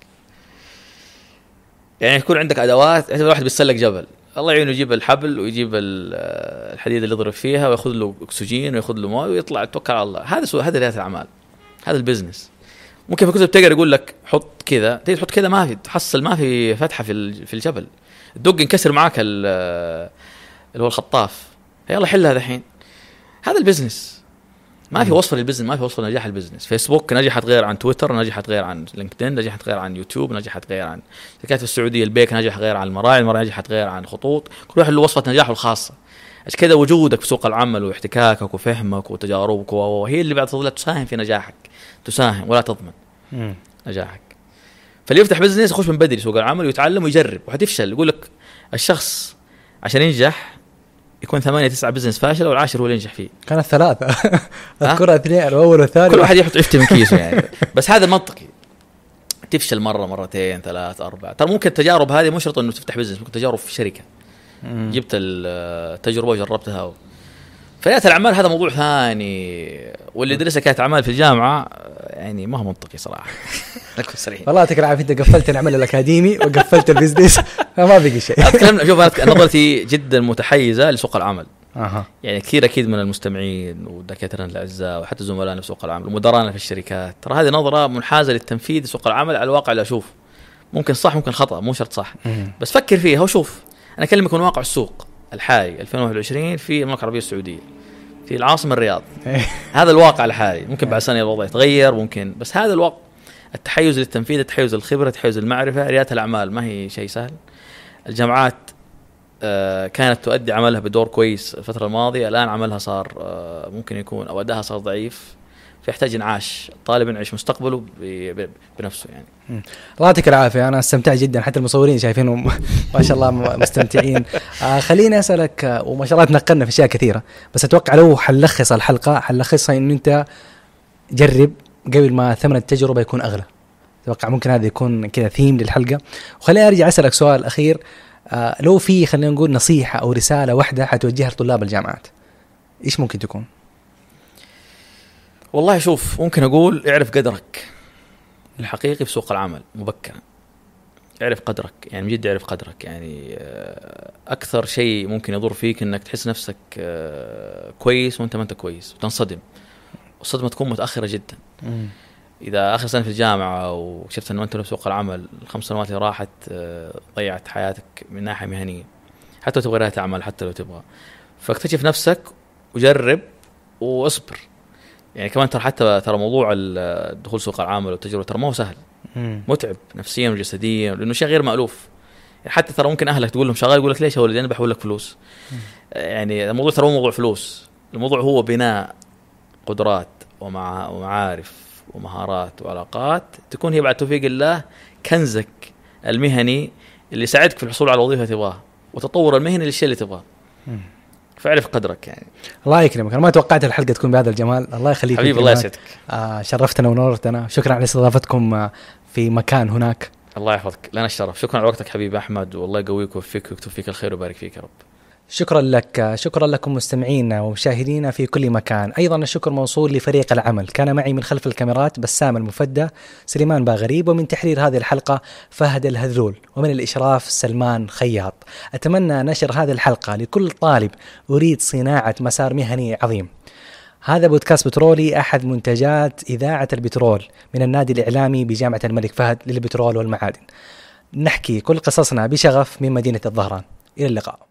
يعني يكون عندك ادوات، واحد بيسلق جبل الله يعينه يجيب الحبل ويجيب الحديد اللي يضرب فيها وياخذ له اكسجين وياخذ له مويه ويطلع يتوكل على الله. هذا سو... هذا رياده الاعمال، هذا البزنس. ممكن في كتب تقدر يقول لك حط كذا، تيجي تحط كذا ما في تحصل، ما في فتحه في في الجبل، الدق ينكسر معاك اللي هو الخطاف، يلا حلها دحين. هذا البزنس، ما في وصفه للبزنس، ما في وصفه لنجاح البزنس. فيسبوك نجحت غير عن تويتر، نجحت غير عن لينكدين، نجحت غير عن يوتيوب، نجحت غير عن شركات في السعوديه البيك نجح غير عن المراعي، المراعي نجحت غير عن خطوط. كل واحد له وصفه نجاحه الخاصه. عشان كذا وجودك في سوق العمل واحتكاكك وفهمك وتجاربك وهي اللي بعد تظل تساهم في نجاحك، تساهم ولا تضمن م. نجاحك. فاللي يفتح بزنس يخش من بدري سوق العمل ويتعلم ويجرب، وحتفشل. يقول لك الشخص عشان ينجح يكون ثمانية تسعة بزنس فاشل والعاشر هو اللي ينجح فيه. كانت ثلاثة أذكر اثنين، الأول والثاني، كل واحد يحط عفته من كيسه يعني. بس هذا منطقي. تفشل مرة مرتين ثلاث أربعة. ترى ممكن التجارب هذه مو شرط إنه تفتح بزنس، ممكن تجارب في شركة. مم. جبت التجربة وجربتها و... فريادة الأعمال هذا موضوع ثاني، واللي درسه كانت أعمال في الجامعة يعني ما هو منطقي صراحة. لكم صريحين. والله يعطيك العافية، أنت قفلت العمل الأكاديمي وقفلت البزنس، ما بقي شيء. أتكلم شوف أنا نظرتي جدا متحيزة لسوق العمل. أها. يعني كثير أكيد من المستمعين والدكاترة الأعزاء وحتى زملائنا في سوق العمل ومدرانا في الشركات، ترى هذه نظرة منحازة للتنفيذ سوق العمل على الواقع اللي أشوف. ممكن صح ممكن خطأ، مو شرط صح. مم. بس فكر فيها وشوف. أنا أكلمك من واقع السوق الحالي ألفين وواحد وعشرين في المملكة العربية السعودية، في العاصمة الرياض. هذا الواقع الحالي. ممكن بعد سنة الوضع يتغير ممكن، بس هذا الواقع. التحيز للتنفيذ، التحيز للخبرة، التحيز للمعرفة. ريادة الأعمال ما هي شيء سهل. الجامعات آه كانت تؤدي عملها بدور كويس الفترة الماضية، الآن عملها صار آه ممكن يكون أو أداها صار ضعيف، فيحتاج إنعاش. الطالب يعيش مستقبله بنفسه يعني. الله يعطيك العافية، أنا استمتعت جدا، حتى المصورين شايفينهم ما شاء الله مستمتعين. آه خليني أسألك، آه وما شاء الله تنقلنا في أشياء كثيرة، بس أتوقع لو حنلخص الحلقة حنلخصها إنه أنت جرب قبل ما ثمن التجربة يكون أغلى. أتوقع ممكن هذا يكون كذا ثيم للحلقة. وخليني أرجع أسألك سؤال أخير، آه لو في خلينا نقول نصيحة أو رسالة واحدة حتوجهها لطلاب الجامعات، إيش ممكن تكون؟ والله شوف، ممكن أقول اعرف قدرك الحقيقي في سوق العمل مبكرا. اعرف قدرك، يعني بجد اعرف قدرك. يعني أكثر شيء ممكن يضر فيك إنك تحس نفسك كويس وأنت ما أنت كويس وتنصدم، والصدمة تكون متأخرة جدا. م. إذا آخر سنة في الجامعة وشفت أنه أنت في سوق العمل الخمس سنوات اللي راحت ضيعت حياتك من ناحية مهنية، حتى لو تبغى ريادة أعمال، حتى لو تبغى، فاكتشف نفسك وجرب واصبر. يعني كمان ترى حتى ترى موضوع الدخول سوق العمل والتجربة ترى ما هو سهل، متعب نفسيا وجسديا، لأنه شيء غير مألوف. يعني حتى ترى ممكن أهلك تقول لهم شغال، يقول لك ليش؟ هو اللي أنا بحول لك فلوس. يعني الموضوع ترى مو موضوع فلوس، الموضوع هو بناء قدرات ومع ومعارف ومهارات وعلاقات تكون هي بعد توفيق الله كنزك المهني اللي يساعدك في الحصول على وظيفة تبغاها وتطور المهني للشيء اللي تبغاه. فاعرف قدرك يعني. الله يكرمك، انا ما توقعت الحلقه تكون بهذا الجمال. الله يخليك حبيبي، الله يسعدك. آه شرفتنا ونورتنا، شكرا على استضافتكم في مكان هناك. الله يحفظك، لنا الشرف. شكرا على وقتك حبيبي احمد، والله يقويك ويوفقك ويكتب فيك الخير ويبارك فيك يا رب. شكرا لك، شكرا لكم مستمعينا ومشاهدينا في كل مكان. أيضا الشكر موصول لفريق العمل، كان معي من خلف الكاميرات بسام المفدى، سليمان باغريب، ومن تحرير هذه الحلقة فهد الهذلول، ومن الإشراف سلمان خياط. أتمنى نشر هذه الحلقة لكل طالب يريد صناعة مسار مهني عظيم. هذا بودكاست بترولي، أحد منتجات إذاعة البترول من النادي الإعلامي بجامعة الملك فهد للبترول والمعادن. نحكي كل قصصنا بشغف من مدينة الظهران. إلى اللقاء.